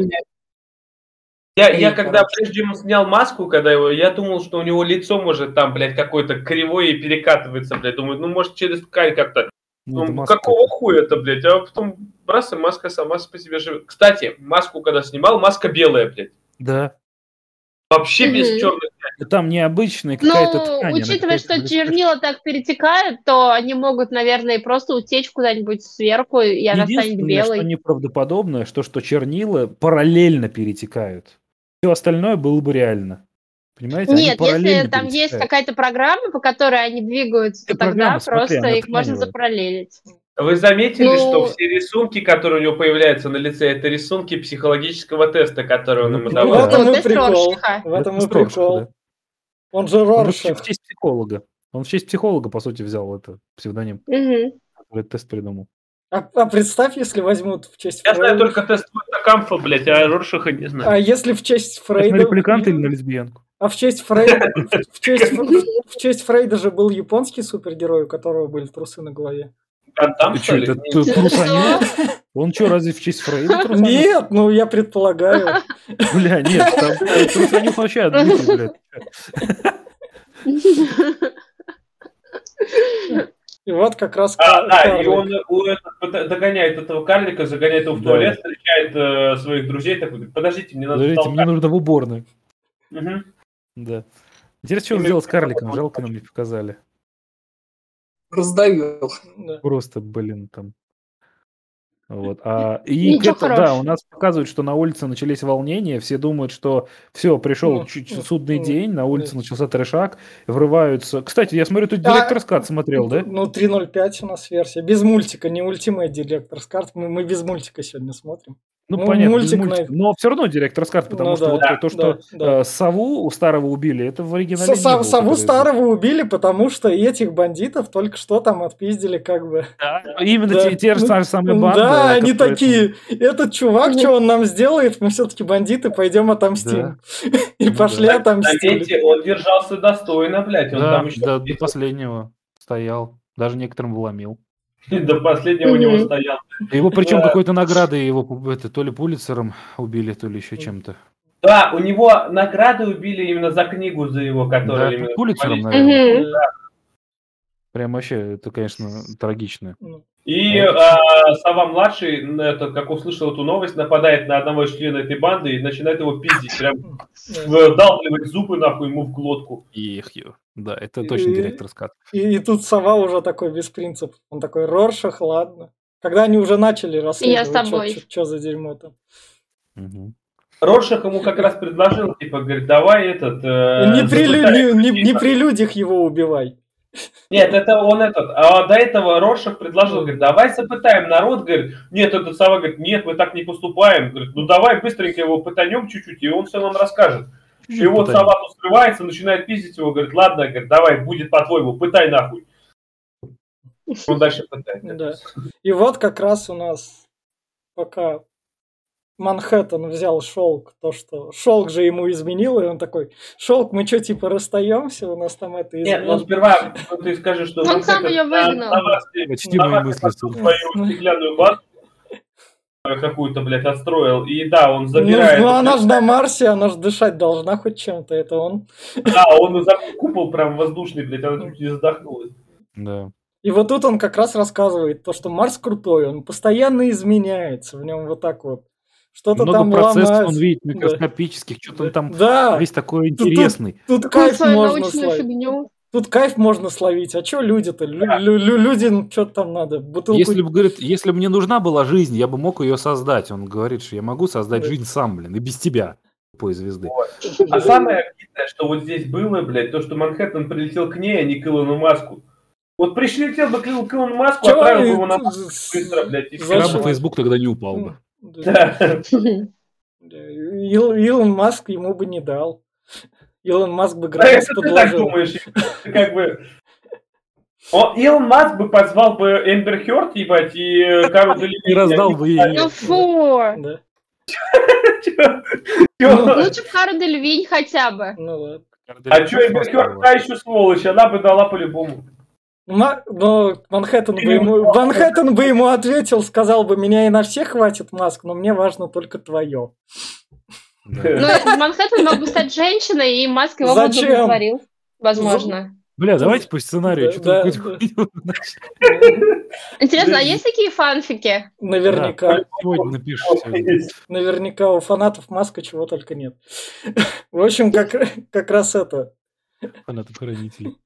я когда прежде ему снял маску, я думал, что у него лицо может там, блядь, какое-то кривое и перекатывается, блядь. Думаю, ну может через ткань как-то. Ну, это Ну, маска. какого хуя-то, блядь? А потом раз, и маска сама по себе живет. Кстати, маску когда снимал, маска белая, блядь. Да. Вообще без Мгм. черных. Там необычная какая-то Ну, ткань. она учитывая, какая-то что чернила так перетекают, то они могут, наверное, просто утечь куда-нибудь сверху, и она станет Единственное, что белой. неправдоподобное, что чернила параллельно перетекают. Все остальное было бы реально. Понимаете? Они Нет, параллельно если там есть перетекают. какая-то программа, по которой они двигаются, Ты то тогда программу смотри, просто она их можно оценивает. запараллелить. Вы заметили, Ну- что все рисунки, которые у него появляются на лице, это рисунки психологического теста, который он Ну, ему ну, Ну, давал? в этом и Тест прикол. Роршаха. В этом и Это Роршах, прикол. да. Он же Он в Роршах. честь психолога. Он в честь психолога, по сути, взял это псевдоним, Мгм. который тест придумал. А представь, если возьмут в честь Я знаю Фрейда. только Тестуэта Камфа, блядь, а Роршаха не знаю. А если в честь На Фрейда... репликанта или на лесбиянку? А в честь Фрейда... В честь Фрейда же был японский супергерой, у которого были трусы на голове. Там, Ты что что, ли? это трусаню? Он что, разве в честь Фрейда трусаню? Нет, ну я предполагаю. Бля, нет, там трусаню вообще отбытый, блядь. И вот как раз Да, и карлик. он догоняет этого карлика, загоняет его в Да. туалет, встречает своих друзей, такой, говорит, подождите, мне надо Подождите, мне нужно в уборную. Мгм. Да. Интересно, что он сделал с карликом, жалко нам не показали. Раздавил. Да. Просто, блин, там. Вот. И Ничего да, хорошего. у нас показывают, что на улице начались волнения, все думают, что все, пришел судный день, на улице начался трешак, врываются. Кстати, я смотрю, тут директор скат смотрел, да? Ну, 3.05 у нас версия. Без мультика, не ультимейт директор скат. Мы без мультика сегодня смотрим. Ну, Ну, понятно, без мультик мультика. Но все равно директор скат, потому Ну что да, вот да, то, что да. сову у старого убили, это в оригинале не было, Сову который- старого убили, потому что этих бандитов только что там отпиздили как бы. Да, именно Да. те же самые банды. Да, они которые- такие, этот чувак, что он нам сделает, мы все-таки бандиты, пойдем отомстим. И Ну пошли да. отомстили. Заметьте, он держался достойно, блядь. Он Да, там еще до последнего стоял, даже некоторым вломил. до последнего у него Мгм. стоял. Его причем Да. какой-то наградой его то ли Пулитцером убили, то ли еще чем-то. Да, у него награды убили именно за книгу за его, Да, которую именно... Пулитцером, журналист. наверное. Мгм. Прям вообще, это, конечно, трагично. И Сова-младший, как услышал эту новость, нападает на одного из членов этой банды и начинает его пиздить. Прям вдалбливать зубы нахуй ему в глотку. Да, это точно директор скат. И тут Сова уже такой без принципа. Он такой, Роршах, ладно. Когда они уже начали расследовать, Я с тобой. что за дерьмо там. Мгм. Роршах ему как раз предложил, типа, говорит, давай этот... Не при запытай не при людях его убивай. Нет, это он этот. А до этого Роршах предложил, говорит, давай запытаем народ, говорит, нет, этот Сова говорит, нет, мы так не поступаем. Говорит, ну давай быстренько его пытанем чуть-чуть, и он все нам расскажет. И вот Пытаем. Сова тут скрывается, начинает пиздить его, говорит, ладно, говорит, давай, будет по-твоему, пытай нахуй. Он дальше пытает. Да. И вот как раз у нас пока Манхэттен взял Шелк, то, что Шелк же ему изменил, и он такой, Шелк, мы что, типа расстаемся, у нас там это Нет, ну изменилось. сперва ты скажешь, что Он сам её выгнал. Почти мои мысли. свою стеклянную базу какую-то, блядь, отстроил. И да, он забирает... Ну она же на Марсе, она же дышать должна хоть чем-то, это он. Да, он за купол прям воздушный, блядь, она чуть не задохнулась. Да. И вот тут он как раз рассказывает то, что Марс крутой, он постоянно изменяется, в нем вот так вот. Что-то Много там процессов ломается. он видит, Да. микроскопических, что-то он там Да, весь такой интересный. тут Какую кайф свою можно научную словить. фигню. Тут кайф можно словить. А что люди-то? Люди, ну что там надо? Бутылку... Если бы, говорит, если бы мне нужна была жизнь, я бы мог ее создать. Он говорит, что я могу создать Да. жизнь сам, блин, и без тебя, тупой звезды. А самое обидное, что вот здесь было, блядь, то, что Манхэттен прилетел к ней, а не к Илону Маску. Вот прилетел бы к Илону Маску, Чё? отправил бы его на Маску быстро, блядь, и Зачем? Тогда все. бы Facebook тогда не упал бы. Да. Да. Илон Маск ему бы не дал. Илон Маск бы А границ это ты так подложил. думаешь, как бы... Илон Маск бы позвал бы Эмбер Хёрд, ебать, и Кару Делевинь. И раздал бы ей. Ну фу. Да. Лучше б Кара Делевинь хотя бы. Ну ладно. А чё, Эмбер Хёрд, та еще сволочь, она бы дала по-любому. Но Манхэттен бы ему ответил, сказал бы, меня и на всех хватит Маск, но мне важно только твое. Ну, Манхэттен мог бы стать женщиной, и Маск его бы Зачем? удовлетворил. Возможно. Бля, давайте по сценарию. Да, что-то да, какую-то да. хуйню начали. Интересно, а есть такие фанфики? Наверняка. Сегодня напишите. Наверняка у фанатов Маска чего только нет. В общем, как раз это. Фанатов-хранителей.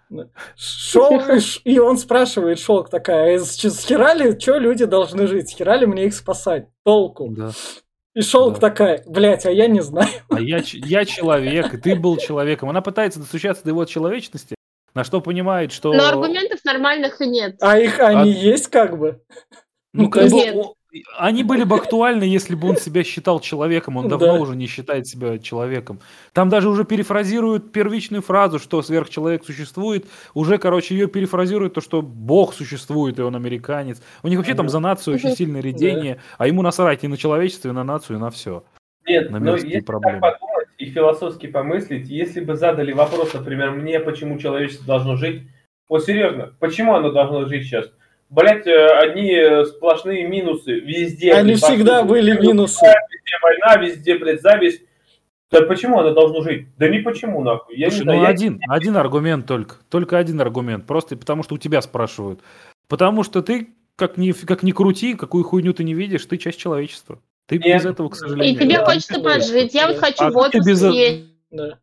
И он спрашивает, Шелк такая, с хера ли, что люди должны жить? С хера ли мне их спасать? Толку? Да. И Шелк Да. такая, блядь, а я не знаю. А я человек, и ты был человеком. Она пытается достучаться до его человечности, на что понимает, что... Но аргументов нормальных и нет. А их они есть как бы? Ну, Ну, как бы нет. Они были бы актуальны, если бы он себя считал человеком. Он давно уже не считает себя человеком. Там даже уже перефразируют первичную фразу, что сверхчеловек существует. Уже, короче, ее перефразируют, то, что Бог существует, и он американец. У них вообще там за нацию очень сильное редение, а ему насрать и на человечество, и на нацию, и на все. Нет, На но мирские если проблемы. так подумать и философски помыслить, если бы задали вопрос, например, мне, почему человечество должно жить, вот серьезно, почему оно должно жить сейчас? Блять, одни сплошные минусы везде. Они блядь, всегда повсюду. были минусы. Везде война, везде, блядь, зависть. Да почему оно должно жить? Да не почему, нахуй. Я Слушай, не знаю, один аргумент только один аргумент. Просто потому, что у тебя спрашивают. Потому что ты, как ни крути, какую хуйню ты не видишь, ты часть человечества. Ты без этого, к сожалению. И тебе Да. хочется пожить. Я вот хочу А в отпуск без- съездить Да.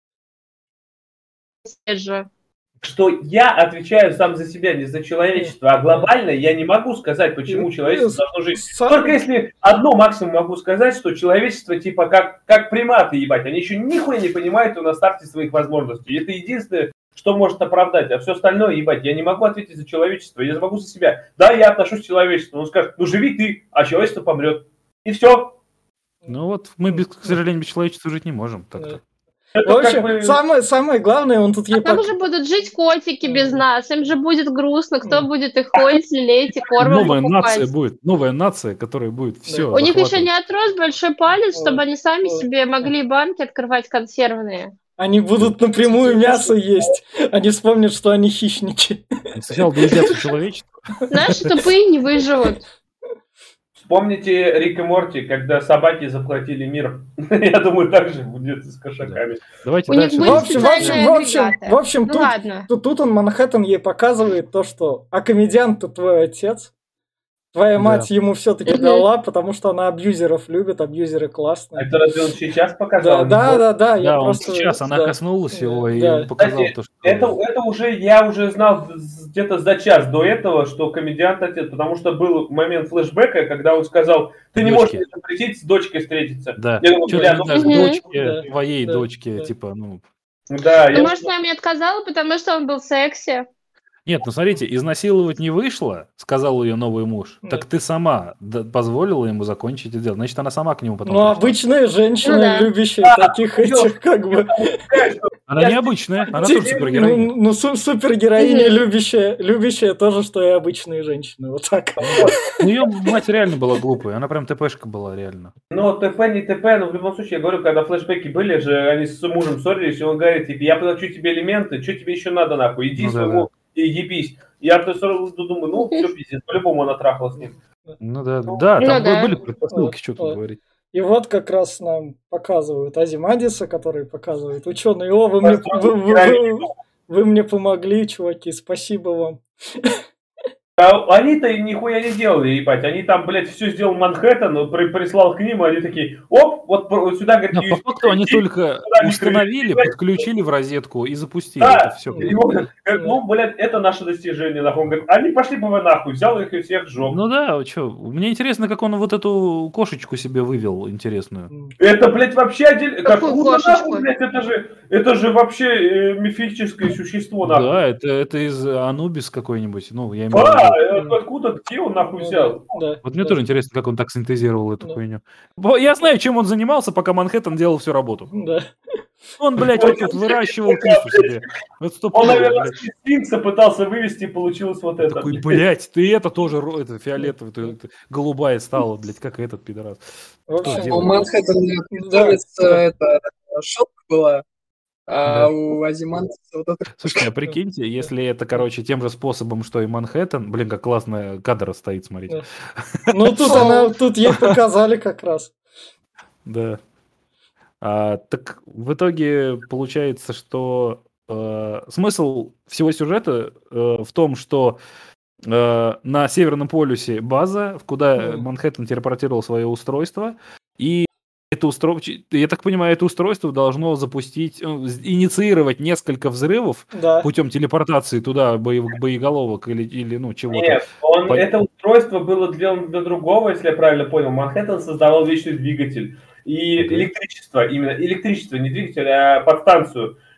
же. что я отвечаю сам за себя, не за человечество, а глобально я не могу сказать, почему человечество должно жить. Только если одно максимум могу сказать, что человечество типа как приматы, ебать, они еще нихуя не понимают на старте своих возможностей. И это единственное, что может оправдать, а все остальное, ебать, я не могу ответить за человечество, я могу за себя. Да, я отношусь к человечеству, он скажет, ну живи ты, а человечество помрет. И все. Ну вот мы, к сожалению, без человечества жить не можем. Так-то. В общем, самое главное, он тут А как же будут жить котики без нас? Им же будет грустно, кто будет их холить, лелеять и кормом Новая покупать. нация будет, новая нация, которая будет все. У них еще не отрос большой палец, чтобы они сами себе могли банки открывать консервные. Они будут напрямую мясо есть. Они вспомнят, что они хищники. Сначала доедятся человечество. Наши тупые не выживут. Вспомните Рик и Морти, когда собаки заплатили мир. Я думаю, так же будет с кошаками. Давайте У них дальше. будет В специальные общем, Ну ладно. тут он Манхэттен ей показывает то, что а комедиант-то твой отец. Твоя мать ему все-таки дала, потому что она абьюзеров любит, абьюзеры классные. Это разве он сейчас показал? Да. Да, он сейчас, она коснулась его и показала то, что... Это уже, я уже знал где-то за час до этого, что комедиант отец, потому что был момент флешбека, когда он сказал, ты не можешь мне запретить с дочкой встретиться. Да, Я думаю, что бля, ты ну, знаешь, дочке, Да, твоей да, дочке, да. типа, ну... Да, Ну, может, она мне отказала, потому что он был секси. Нет, ну смотрите, изнасиловать не вышло, сказал ее новый муж. Да. Так ты сама позволила ему закончить это дело. Значит, она сама к нему потом Ну, пришла. обычные женщины, Ну да. любящие таких этих, как бы... Она необычная, она тоже супергероиня. Ну, супергероиня, любящая тоже, что и обычные женщины. Вот так. Ну, ее мать реально была глупая, она прям ТПшка была реально. Ну, ТП, не ТП, но в любом случае, я говорю, когда флешбеки были же, они с мужем ссорились, и он говорит, типа, я плачу тебе элементы, что тебе еще надо, нахуй, иди своему и ебись. Я сразу думаю, ну, все, пиздец, по-любому она трахала с ним. Ну да, там были предпосылки, что тут говорить. И вот как раз нам показывают Азимадиса, который показывает ученые. О, вы мне помогли, чуваки, спасибо вам. Они-то нихуя не делали, ебать. Они там, блядь, все сделал Манхэттен, прислал к ним, и они такие, оп, вот сюда, говорит, По факту они только установили, подключили в розетку и запустили. Да, Это все. ну, блядь, это наше достижение, нахуй. Он говорит, они пошли бы вы нахуй, взял их и всех сжег. Ну да, что, мне интересно, как он вот эту кошечку себе вывел интересную. Это, блядь, вообще отдельно. Какую кошечку? Блядь, это же вообще мифическое существо, нахуй. Да, это из Анубис какой-нибудь. Ну, я имею в виду. Откуда, где он нахуй взял? Вот мне тоже интересно, как он так синтезировал эту хуйню. Я знаю, чем он занимался, пока Манхэттен делал всю работу. Да. Он, блядь, вот тут выращивал кису себе. Вот Он, наверное, сфинкса пытался вывести, и получилось вот это. Такой, блядь, ты это тоже, это фиолетовый, ты голубая стала, блядь, как этот пидорас. В общем, У Манхэттена это шутка была, а у Азимандиса вот это... Слушайте, а прикиньте, если это, короче, тем же способом, что и Манхэттен, блин, как классно кадр стоит, смотрите. Ну, тут ей показали как раз. Да. Так в итоге получается, что смысл всего сюжета в том, что на Северном полюсе база, куда Манхэттен телепортировал свое устройство, и это устройство, я так понимаю, это устройство должно запустить, инициировать несколько взрывов путем телепортации туда боеголовок или ну чего-то. Нет, это устройство было сделано для другого, если я правильно понял. Манхэттен создавал вечный двигатель и электричество, именно электричество, не двигатель, а подстанцию.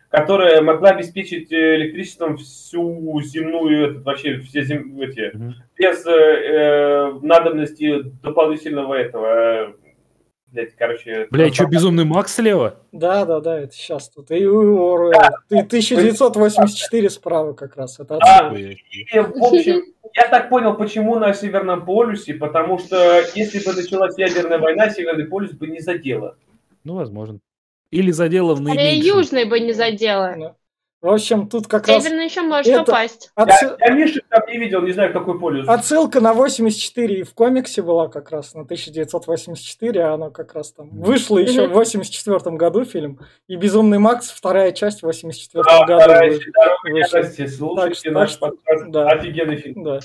которая могла обеспечить электричеством всю земную, вообще все эти, без надобности дополнительного этого. Блядь, что, Безумный Макс слева? Да, это сейчас тут. И Оруэлл. И 1984 справа как раз. Это отсюда. И, в общем, я так понял, почему на Северном полюсе, потому что если бы началась ядерная война, Северный полюс бы не задело. Ну, возможно. Или задело в Скорее, наименьшем. южный бы не задело. В общем, тут как раз... Северный еще может попасть. Я Миши там не видел, не знаю, какой полюс. Отсылка на 84 и в комиксе была как раз на 1984, а оно как раз там вышло еще в 84 году фильм. И «Безумный Макс», вторая часть в 84 году вышла. Слушайте наш подкаст, офигенный фильм. Да,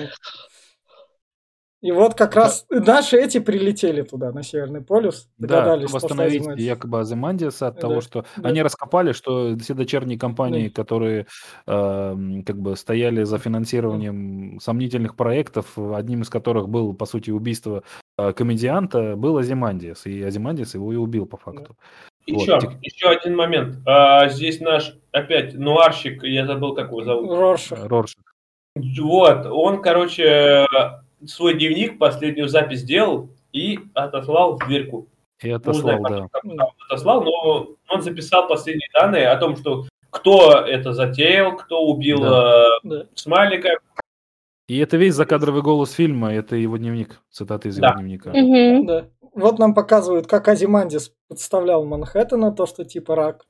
и вот как раз наши эти прилетели туда, на Северный полюс. Да, чтобы остановить якобы Азимандиаса от того, что они раскопали, что все дочерние компании, которые как бы стояли за финансированием сомнительных проектов, одним из которых было, по сути, убийство комедианта, был Азимандиас. И Азимандиас его и убил, по факту. Еще один момент. Здесь наш, опять, нуарщик, я забыл, как его зовут. Роршах. Вот, он, короче... свой дневник, последнюю запись сделал и отослал в дверку. И отослал, отослал, но он записал последние данные о том, что кто это затеял, кто убил Смайлика. И это весь закадровый голос фильма, это его дневник, цитаты из его дневника. Да. Вот нам показывают, как Азимандис подставлял Манхэттена, то, что типа рак.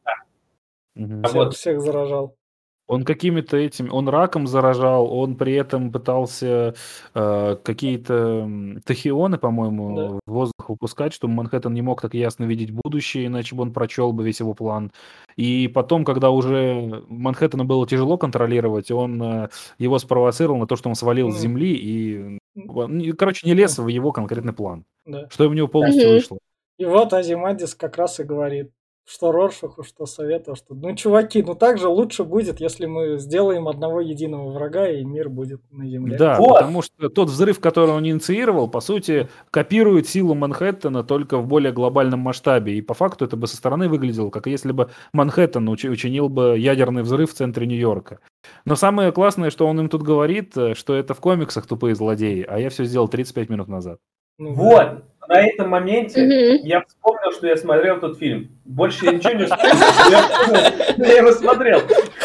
Всех заражал. Он какими-то он раком заражал, он при этом пытался какие-то тахионы, по-моему, в воздух выпускать, чтобы Манхэттен не мог так ясно видеть будущее, иначе бы он прочел бы весь его план. И потом, когда уже Манхэттену было тяжело контролировать, он его спровоцировал на то, что он свалил с земли и, короче, не лез в его конкретный план. Что у него полностью вышло. И вот Азимандис как раз и говорит, что Роршаху, что Совету, что, чуваки, так же лучше будет, если мы сделаем одного единого врага, и мир будет на Земле. Да, потому что тот взрыв, который он инициировал, по сути, копирует силу Манхэттена только в более глобальном масштабе. И по факту это бы со стороны выглядело, как если бы Манхэттен учинил бы ядерный взрыв в центре Нью-Йорка. Но самое классное, что он им тут говорит, что это в комиксах тупые злодеи, а я все сделал 35 минут назад. Вот. На этом моменте я вспомнил, что я смотрел тот фильм. Больше я ничего не вспомнил. Я его смотрел.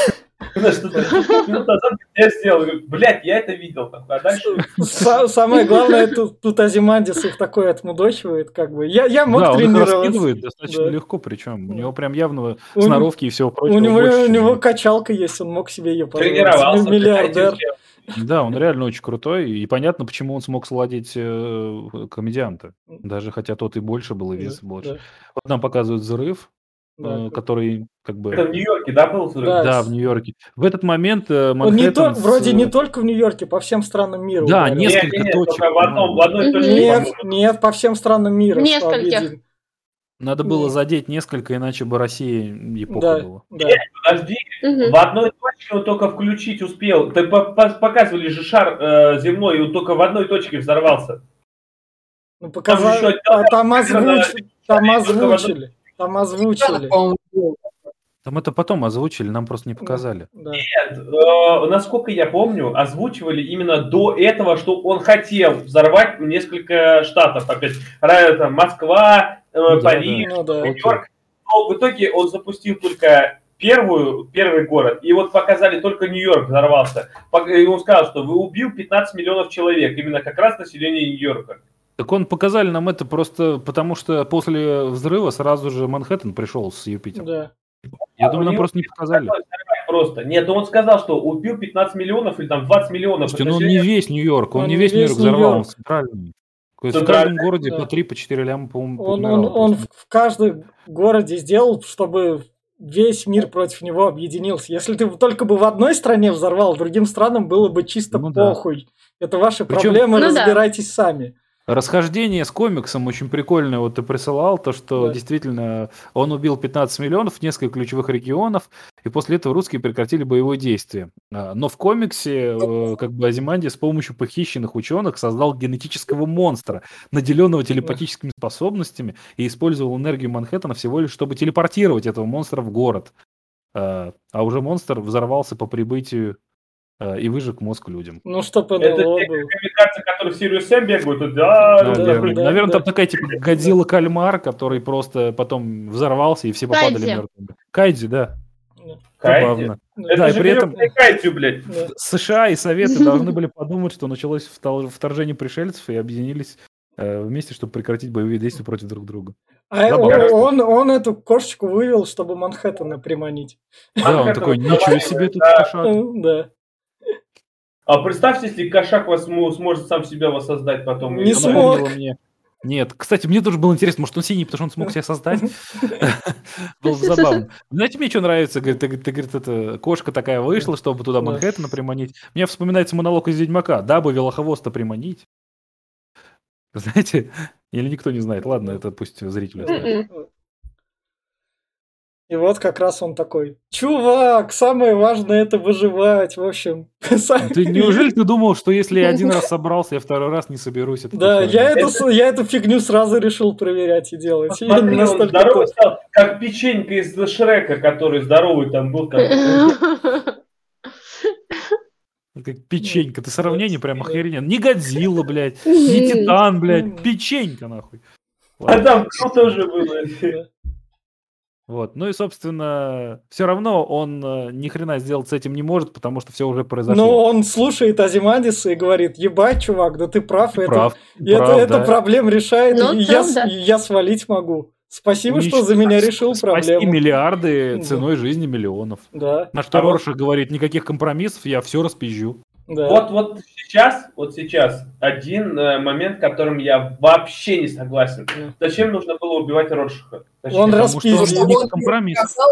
Минут назад я сделал. Блядь, я это видел. А дальше... Самое главное, тут Азимандис их такой отмудохивает, как бы. Я мог тренироваться. Он их раскидывает достаточно легко, причем. У него прям явно сноровки и всего прочего. У него качалка есть, он мог себе ее позволить. Тренировался. Миллиардер. Да, он реально очень крутой, и понятно, почему он смог сладить комедианта, даже хотя тот и больше был, и вес больше. Вот нам показывают взрыв, который как бы... Это в Нью-Йорке, да, был взрыв? Да, в Нью-Йорке. В этот момент Манхэттен... Вроде не только в Нью-Йорке, по всем странам мира. Да, несколько точек. В одной точке. Нет, по всем странам мира. Нескольких. Надо было задеть несколько, иначе бы Россия эпоха была. Нет, подожди. В одной точке он только включить успел. Так показывали же шар земной, и он только в одной точке взорвался. Показали, там озвучили. Там это потом озвучили, нам просто не показали. Нет, насколько я помню, озвучивали именно до этого, что он хотел взорвать несколько штатов. Опять, там, Москва, Париж, Нью-Йорк. Но в итоге он запустил только первый город, и вот показали только Нью-Йорк взорвался. И он сказал, что убил 15 миллионов человек, именно как раз население Нью-Йорка. Так он показали нам это просто потому, что после взрыва сразу же Манхэттен пришел с Юпитера. Да. Я думаю, нам просто не показали. Просто. Нет, он сказал, что убил 15 миллионов или там 20 миллионов. Слушайте, он не весь Нью-Йорк, он не весь Нью-Йорк взорвал, он центральный. В каждом городе по 3-4 ляма, по-моему, он в каждом городе сделал, чтобы весь мир против него объединился. Если ты только бы в одной стране взорвал, другим странам было бы чисто похуй. Это ваши проблемы, разбирайтесь сами. Расхождение с комиксом очень прикольное. Вот ты присылал то, что действительно он убил 15 миллионов в несколько ключевых регионов, и после этого русские прекратили боевое действие. Но в комиксе как бы Азимандис с помощью похищенных ученых создал генетического монстра, наделенного телепатическими способностями, и использовал энергию Манхэттена всего лишь, чтобы телепортировать этого монстра в город. а уже монстр взорвался по прибытию и выжег мозг людям. Ну, чтоб Это НЛО те был. камикадзе, которые в Сириус Сэм бегают, и да, Наверное, да, наверное, да. там такая типа Годзилла кальмар, который просто потом взорвался, и все попадали Кайдзи. мертвыми. Кайдзи, да. Кайдзи. Забавно. Это Да, и же при этом гребаный кайдзю, блядь. Да. США и Советы должны были подумать, что началось вторжение пришельцев, и объединились вместе, чтобы прекратить боевые действия против друг друга. А Забавно. он эту кошечку вывел, чтобы Манхэттена приманить. Да, он такой, ничего себе тут Да. кошак. Да. А представьте, если кошак сможет сам себя воссоздать потом. Не И- Она смог. напомнила мне. Нет, кстати, мне тоже было интересно, может, он синий, потому что он смог себя создать. Было бы забавно. Знаете, мне что нравится? Говорит, ты, говорит, это кошка такая вышла, чтобы туда Да. Манхэттена приманить. Мне вспоминается монолог из Ведьмака. Дабы Велохвоста приманить. Знаете? Или никто не знает. Ладно, это пусть зрители знают. Мгм. И вот как раз он такой: чувак, самое важное это выживать, в общем. Ты неужели ты думал, что если я один раз собрался, я второй раз не соберусь? Это Да, такое? я эту фигню сразу решил проверять и делать. Я Смотри, не он настолько здоровый туп. стал, как печенька из Шрека, который здоровый там был. Как... Как печенька. Ты сравнение прям Да. охеренно. Не Годзилла, блядь. Не Титан, блядь. Мгм. Печенька, нахуй. А Ладно. там круто уже было. Да. Вот. Ну и, собственно, все равно он ни хрена сделать с этим не может, потому что все уже произошло. Но он слушает Азимадиса и говорит: ебать, чувак, да ты прав, Ты это, прав, это да. проблем решает, Ну, и в целом, да. я свалить могу. Спасибо, что за меня решил Спасти проблему. миллиарды Да. ценой жизни миллионов. Да, На что А вот- Роршах говорит, никаких компромиссов, я все распизжу. да. Вот сейчас один момент, которым я вообще не согласен. Да. Зачем нужно было убивать Роршаха? Зачем? Он Потому что он распиздил. не Он компромисс. сказал,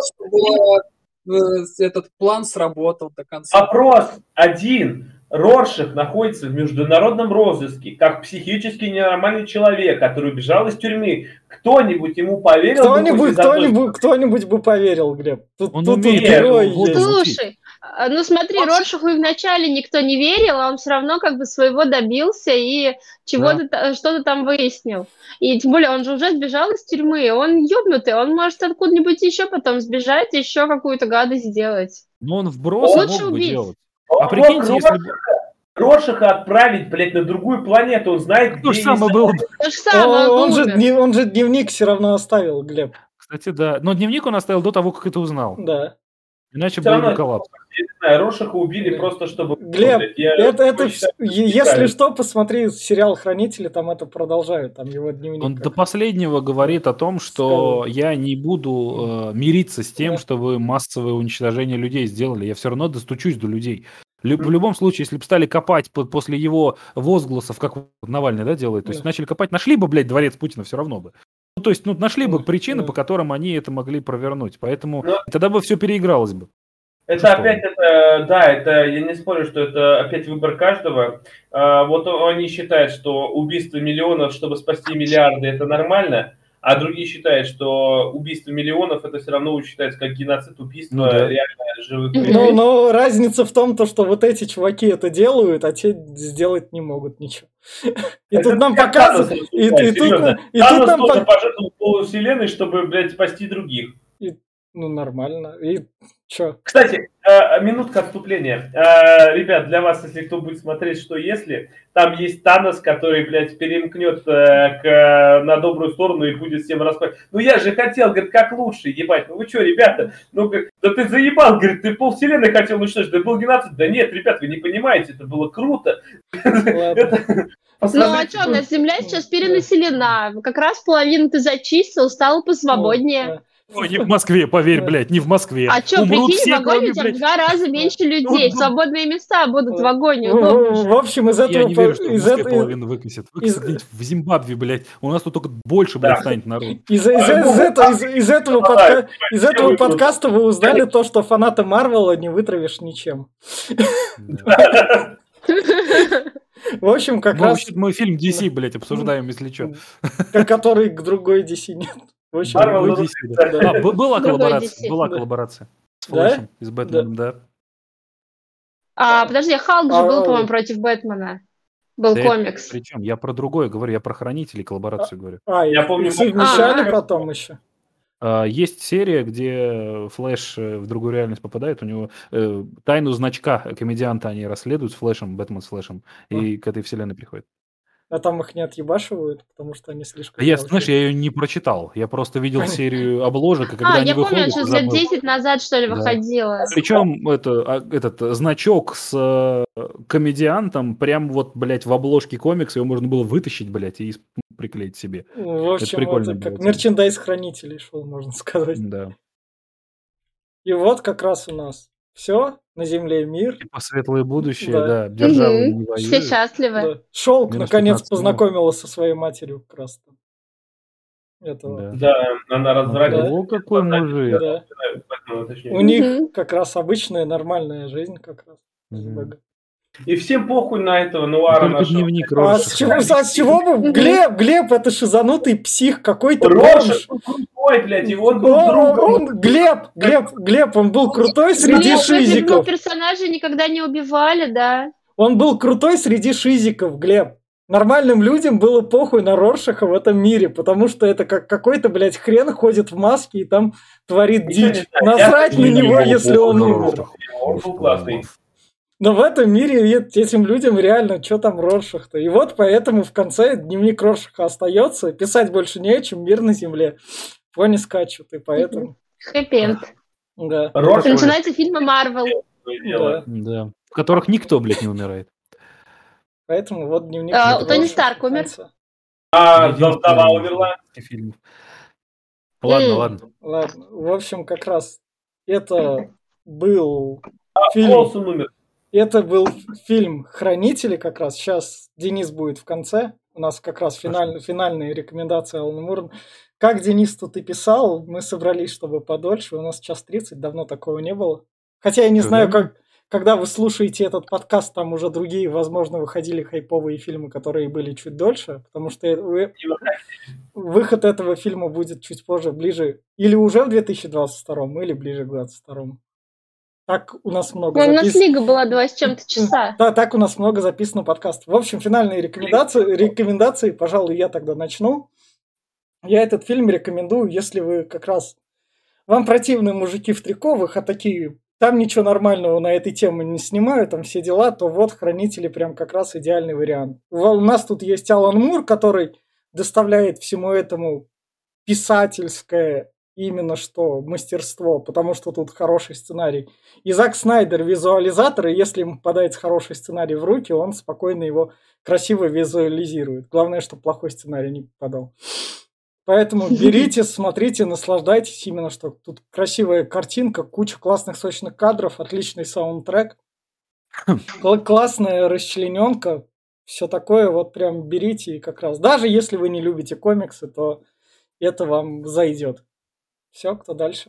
чтобы этот план сработал до конца. Вопрос один. Роршах находится в международном розыске, как психически ненормальный человек, который убежал из тюрьмы. Кто-нибудь ему поверил? бы хоть из одной Кто-нибудь бы поверил, Глеб. Тут Он тут умеет герой воду есть. звучит. Слушай, ну смотри, Роршаху и вначале никто не верил, а он все равно как бы своего добился и что-то там выяснил. И тем более он же уже сбежал из тюрьмы, он ёбнутый, он может откуда-нибудь еще потом сбежать, еще какую-то гадость сделать. Но он вбросы Лучше мог бы убить. делать. Он А прикиньте, мог если бы... Роршаха отправить, блядь, на другую планету. Он знает, То где же самое было бы. То же самое, Он умер. же дневник все равно оставил, Глеб. Кстати, да. Но дневник он оставил до того, как это узнал. Да. Иначе Всё был бы равно- коллапс. Я не знаю, Роршаха убили Глеб. просто чтобы... Глеб, Я это считаю, если неправильно. что, посмотри сериал «Хранители», там это продолжают, там его Он дневник. до последнего говорит о том, что Сказал. я не буду мириться с тем, Да. что вы массовое уничтожение людей сделали. Я все равно достучусь до людей. В любом случае, если бы стали копать после его возгласов, как вот Навальный, да, делает, то есть Да. начали копать, нашли бы, блядь, дворец Путина все равно бы. Ну, то есть, нашли бы Да, причины, да. по которым они это могли провернуть. Поэтому Но- тогда бы все переигралось бы. Это Что? опять, это, я не спорю, что это опять выбор каждого. Вот они считают, что убийство миллионов, чтобы спасти миллиарды, это нормально, а другие считают, что убийство миллионов, это все равно считается как геноцид, убийство Ну да. реально живых Ну, людей. Но разница в том, то, что вот эти чуваки это делают, а те сделать не могут ничего. И Это тут нам как показывают... Танос И рассуждает, тут серьезно. и тут Танос нам... тоже пок- пожертвовал полувселенной, чтобы, блядь, спасти других. Ну, нормально. И чё? Кстати, минутка отступления. Ребят, для вас, если кто будет смотреть, что если, там есть Танос, который, блядь, перемкнет на добрую сторону и будет всем распать. Ну я же хотел, говорит, как лучше, ебать. Ну вы что, ребята, ну да ты заебал, говорит, ты полвселенной хотел уничтожить, да был геноцид. Да нет, ребят, вы не понимаете, это было круто. Ладно. Ну а что, у нас Земля сейчас перенаселена. Как раз половину ты зачистил, стало посвободнее. Ой, не в Москве, поверь, Да. блядь, не в Москве. А что, Умрут прикинь, в все, вагоне кроме, у тебя в блядь, 2 раза меньше людей. Ну, Свободные места будут в Да. вагоне. удобно же. В общем, из Я этого... не верю, что в из Москве этого- половину выкосят. Выкосят где-нибудь в Зимбабве, блядь. У нас тут только больше, блядь, Да. станет народ. Из этого подкаста вы узнали то, что фаната Марвела не вытравишь ничем. Да. В общем, как Мы раз... вообще мы фильм DC, блядь, обсуждаем, если что. Который к другой DC нет. В общем, Марвел, вы- ну, DC, да. да. Была Другой коллаборация. DC. Была Да. коллаборация. С Да? Флэшем и с Бэтменом, да. Подожди, Халк же А, был, по-моему, против Бэтмена. Был Да комикс. Причем я про другое говорю, я про хранителей коллаборацию говорю. А, Я их помню, совмещали а. потом еще. Есть серия, где Флэш в другую реальность попадает, у него тайну значка комедианта они расследуют с Флэшем, Бэтмен с Флэшем, и к этой вселенной приходят. А там их не отъебашивают, потому что они слишком Я, знаешь, жалкие. я ее не прочитал, я просто видел Понятно. серию обложек, и когда они Я помню, она выходят, сейчас я лет забыл. 10 назад, что ли, Да. выходила. Причем этот значок с комедиантом прям вот, блядь, в обложке комикса его можно было вытащить, блядь, и приклеить себе. В общем, прикольно это было, как тема. мерчендайз хранителей шел, можно сказать. Да. И вот как раз у нас все, на Земле мир. Типа светлое будущее, Да. да, державы не Все воюют. счастливы. Да. Шелк Минус наконец 15 познакомилась со своей матерью как раз там. Этого. Да. Да, она развратила. О, какой мужик. Да. Бэтмена, точнее. У них как раз обычная нормальная жизнь как раз. Мгм. И всем похуй на этого нуара Только нашего. дневник А Роршаха. с чего бы? Глеб, это шизанутый псих какой-то Роршах бомж. был крутой, блядь, и он был другом. Глеб, он был крутой среди Глеб, шизиков. персонажей никогда не убивали, да. Он был крутой среди шизиков, Глеб. Нормальным людям было похуй на Роршаха в этом мире, потому что это как какой-то, блядь, хрен ходит в маске и там творит Ничего не дичь. знаю, Насрать я- на Мне него, было если похуй он на умер. Роршаха. Он был классный. Но в этом мире этим людям реально, что там Роршах-то? И вот поэтому в конце дневник Роршаха остается, писать больше не о чем, мир на земле. Пони скачут, и поэтому... Хэппи-энд. Да. Роршах Начинаются фильмы Марвел. такое дело. Да. В которых никто, блядь, не умирает. Поэтому вот дневник Тони Роршаха Старк умер. конца. А Единственный вдова умерла. фильм. Ладно, М. ладно. Ладно, в общем, как раз это был фильм... Колсон умер. Это был фильм «Хранители» как раз. Сейчас Денис будет в конце. У нас как раз финальные рекомендации Алана Мура. Как, Денис, тут и писал, мы собрались, чтобы подольше. У нас час 30, давно такого не было. Хотя я не знаю, когда вы слушаете этот подкаст, там уже другие, возможно, выходили хайповые фильмы, которые были чуть дольше, потому что выход этого фильма будет чуть позже, ближе, или уже в 2022, или ближе к 2022. Так у нас много У нас лига была 2 с чем-то часа. Да, так у нас много записано подкастов. В общем, финальные рекомендации, пожалуй, я тогда начну. Я этот фильм рекомендую, если вы как раз... Вам противны мужики в триковых, а такие... Там ничего нормального на этой теме не снимают, там все дела, то вот «Хранители» прям как раз идеальный вариант. У нас тут есть Алан Мур, который доставляет всему этому писательское именно что мастерство, потому что тут хороший сценарий. И Зак Снайдер визуализатор, и если ему попадается хороший сценарий в руки, он спокойно его красиво визуализирует. Главное, чтобы плохой сценарий не попадал. Поэтому берите, смотрите, наслаждайтесь именно, что тут красивая картинка, куча классных сочных кадров, отличный саундтрек, классная расчлененка, все такое, вот прям берите и как раз. Даже если вы не любите комиксы, то это вам зайдет. Все, кто дальше?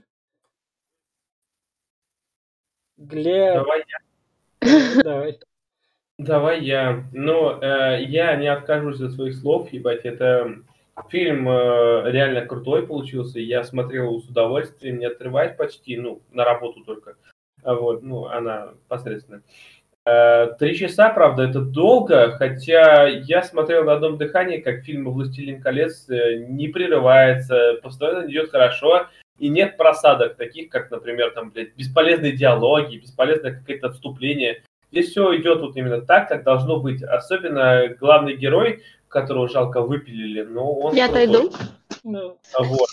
Глеб. Давай я. Давай. Давай я. Но я не откажусь от своих слов, ебать. Это фильм реально крутой получился. Я смотрел его с удовольствием, не отрываясь почти, на работу только. Вот, она посредственная. 3 часа, правда, это долго, хотя я смотрел на одном дыхании, как фильм «Властелин колец» не прерывается, постоянно идет хорошо, и нет просадок таких, как, например, там, бесполезные диалоги, бесполезное какое-то отступление. Здесь все идет вот именно так, как должно быть. Особенно главный герой, которого жалко выпилили, но он... Я отойду. Вот.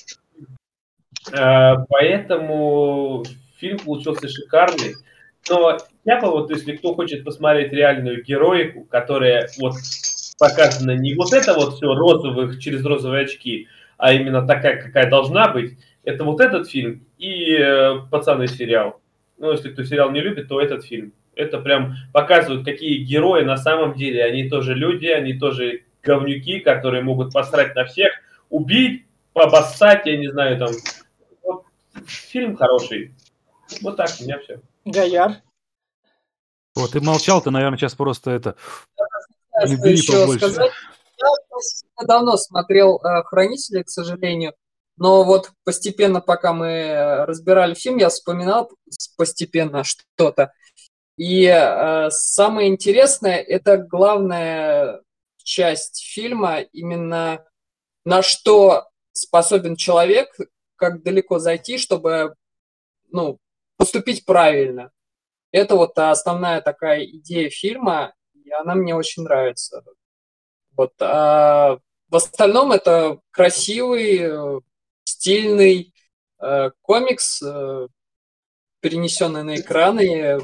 Поэтому фильм получился шикарный. Но я бы вот, если кто хочет посмотреть реальную героику, которая вот показана не вот это вот все розовых через розовые очки, а именно такая, какая должна быть, это вот этот фильм и «Пацаны» сериал. Если кто сериал не любит, то этот фильм. Это прям показывает, какие герои на самом деле. Они тоже люди, они тоже говнюки, которые могут посрать на всех, убить, побоссать, я не знаю, там. Вот, фильм хороший. Вот так, у меня все. Гаяр. Вот, ты молчал, ты, наверное, сейчас просто это... Не бери побольше. Я давно смотрел «Хранители», к сожалению, но вот постепенно, пока мы разбирали фильм, я вспоминал постепенно что-то. И самое интересное, это главная часть фильма, именно на что способен человек, как далеко зайти, чтобы, ну, поступить правильно. Это вот основная такая идея фильма, и она мне очень нравится. Вот. А в остальном это красивый, стильный комикс, перенесенный на экраны,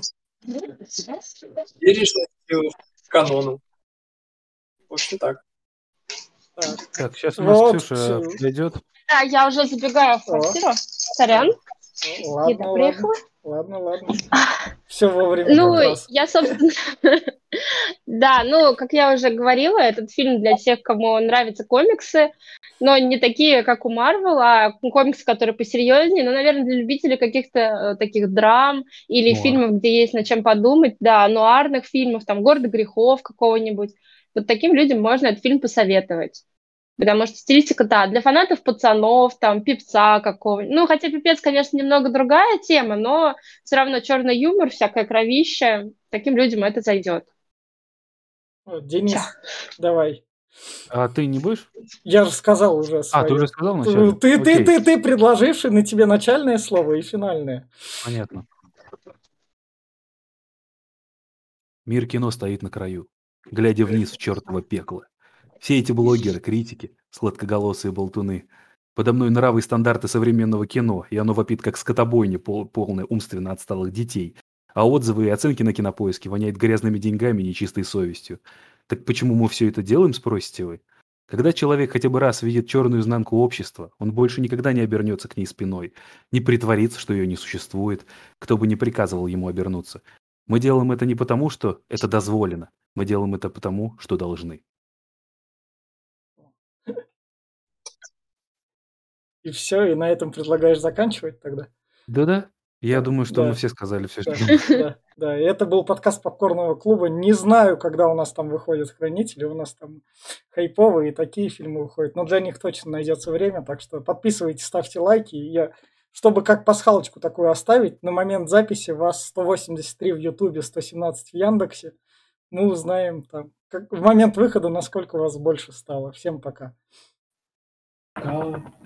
бережностью к канону. В общем, так. Так, сейчас у нас Вот, Ксюша подойдет. Да, я уже забегаю в квартиру. Сорян. Еда приехала. Ладно. Все вовремя Ну, как раз. я, собственно... Да, ну, как я уже говорила, этот фильм для тех, кому нравятся комиксы, но не такие, как у Марвел, а комиксы, которые посерьезнее, но, наверное, для любителей каких-то таких драм или Нуар. фильмов, где есть над чем подумать, да, нуарных фильмов, там, «Город грехов» какого-нибудь. Вот таким людям можно этот фильм посоветовать. Потому что стилистика, да, для фанатов пацанов, там, певца какого-нибудь. Ну, хотя певец, конечно, немного другая тема, но все равно черный юмор, всякое кровище, таким людям это зайдет. Денис, Всё. давай. А ты не будешь? Я же сказал уже А, ты свое. уже сказал вначале? Ты Окей, предложивший, на тебе начальное слово и финальное. понятно. Мир кино стоит на краю, глядя вниз в чертово пекло. Все эти блогеры, критики, сладкоголосые болтуны. Подо мной нравы и стандарты современного кино, и оно вопит как скотобойня, полная умственно отсталых детей. А отзывы и оценки на Кинопоиске воняют грязными деньгами и нечистой совестью. Так почему мы все это делаем, спросите вы? Когда человек хотя бы раз видит черную изнанку общества, он больше никогда не обернется к ней спиной, не притворится, что ее не существует, кто бы ни приказывал ему обернуться. Мы делаем это не потому, что это дозволено, мы делаем это потому, что должны. И все, и на этом предлагаешь заканчивать тогда? Да-да, я думаю, что мы Да. все сказали все, что Да, думали. да. И это был подкаст Попкорного клуба. Не знаю, когда у нас там выходят «Хранители». У нас там хайповые и такие фильмы выходят. Но для них точно найдется время. Так что подписывайтесь, ставьте лайки. И чтобы как пасхалочку такую оставить, на момент записи вас 183 в Ютубе, 117 в Яндексе. Мы узнаем там, в момент выхода, насколько вас больше стало. Всем пока. Пока.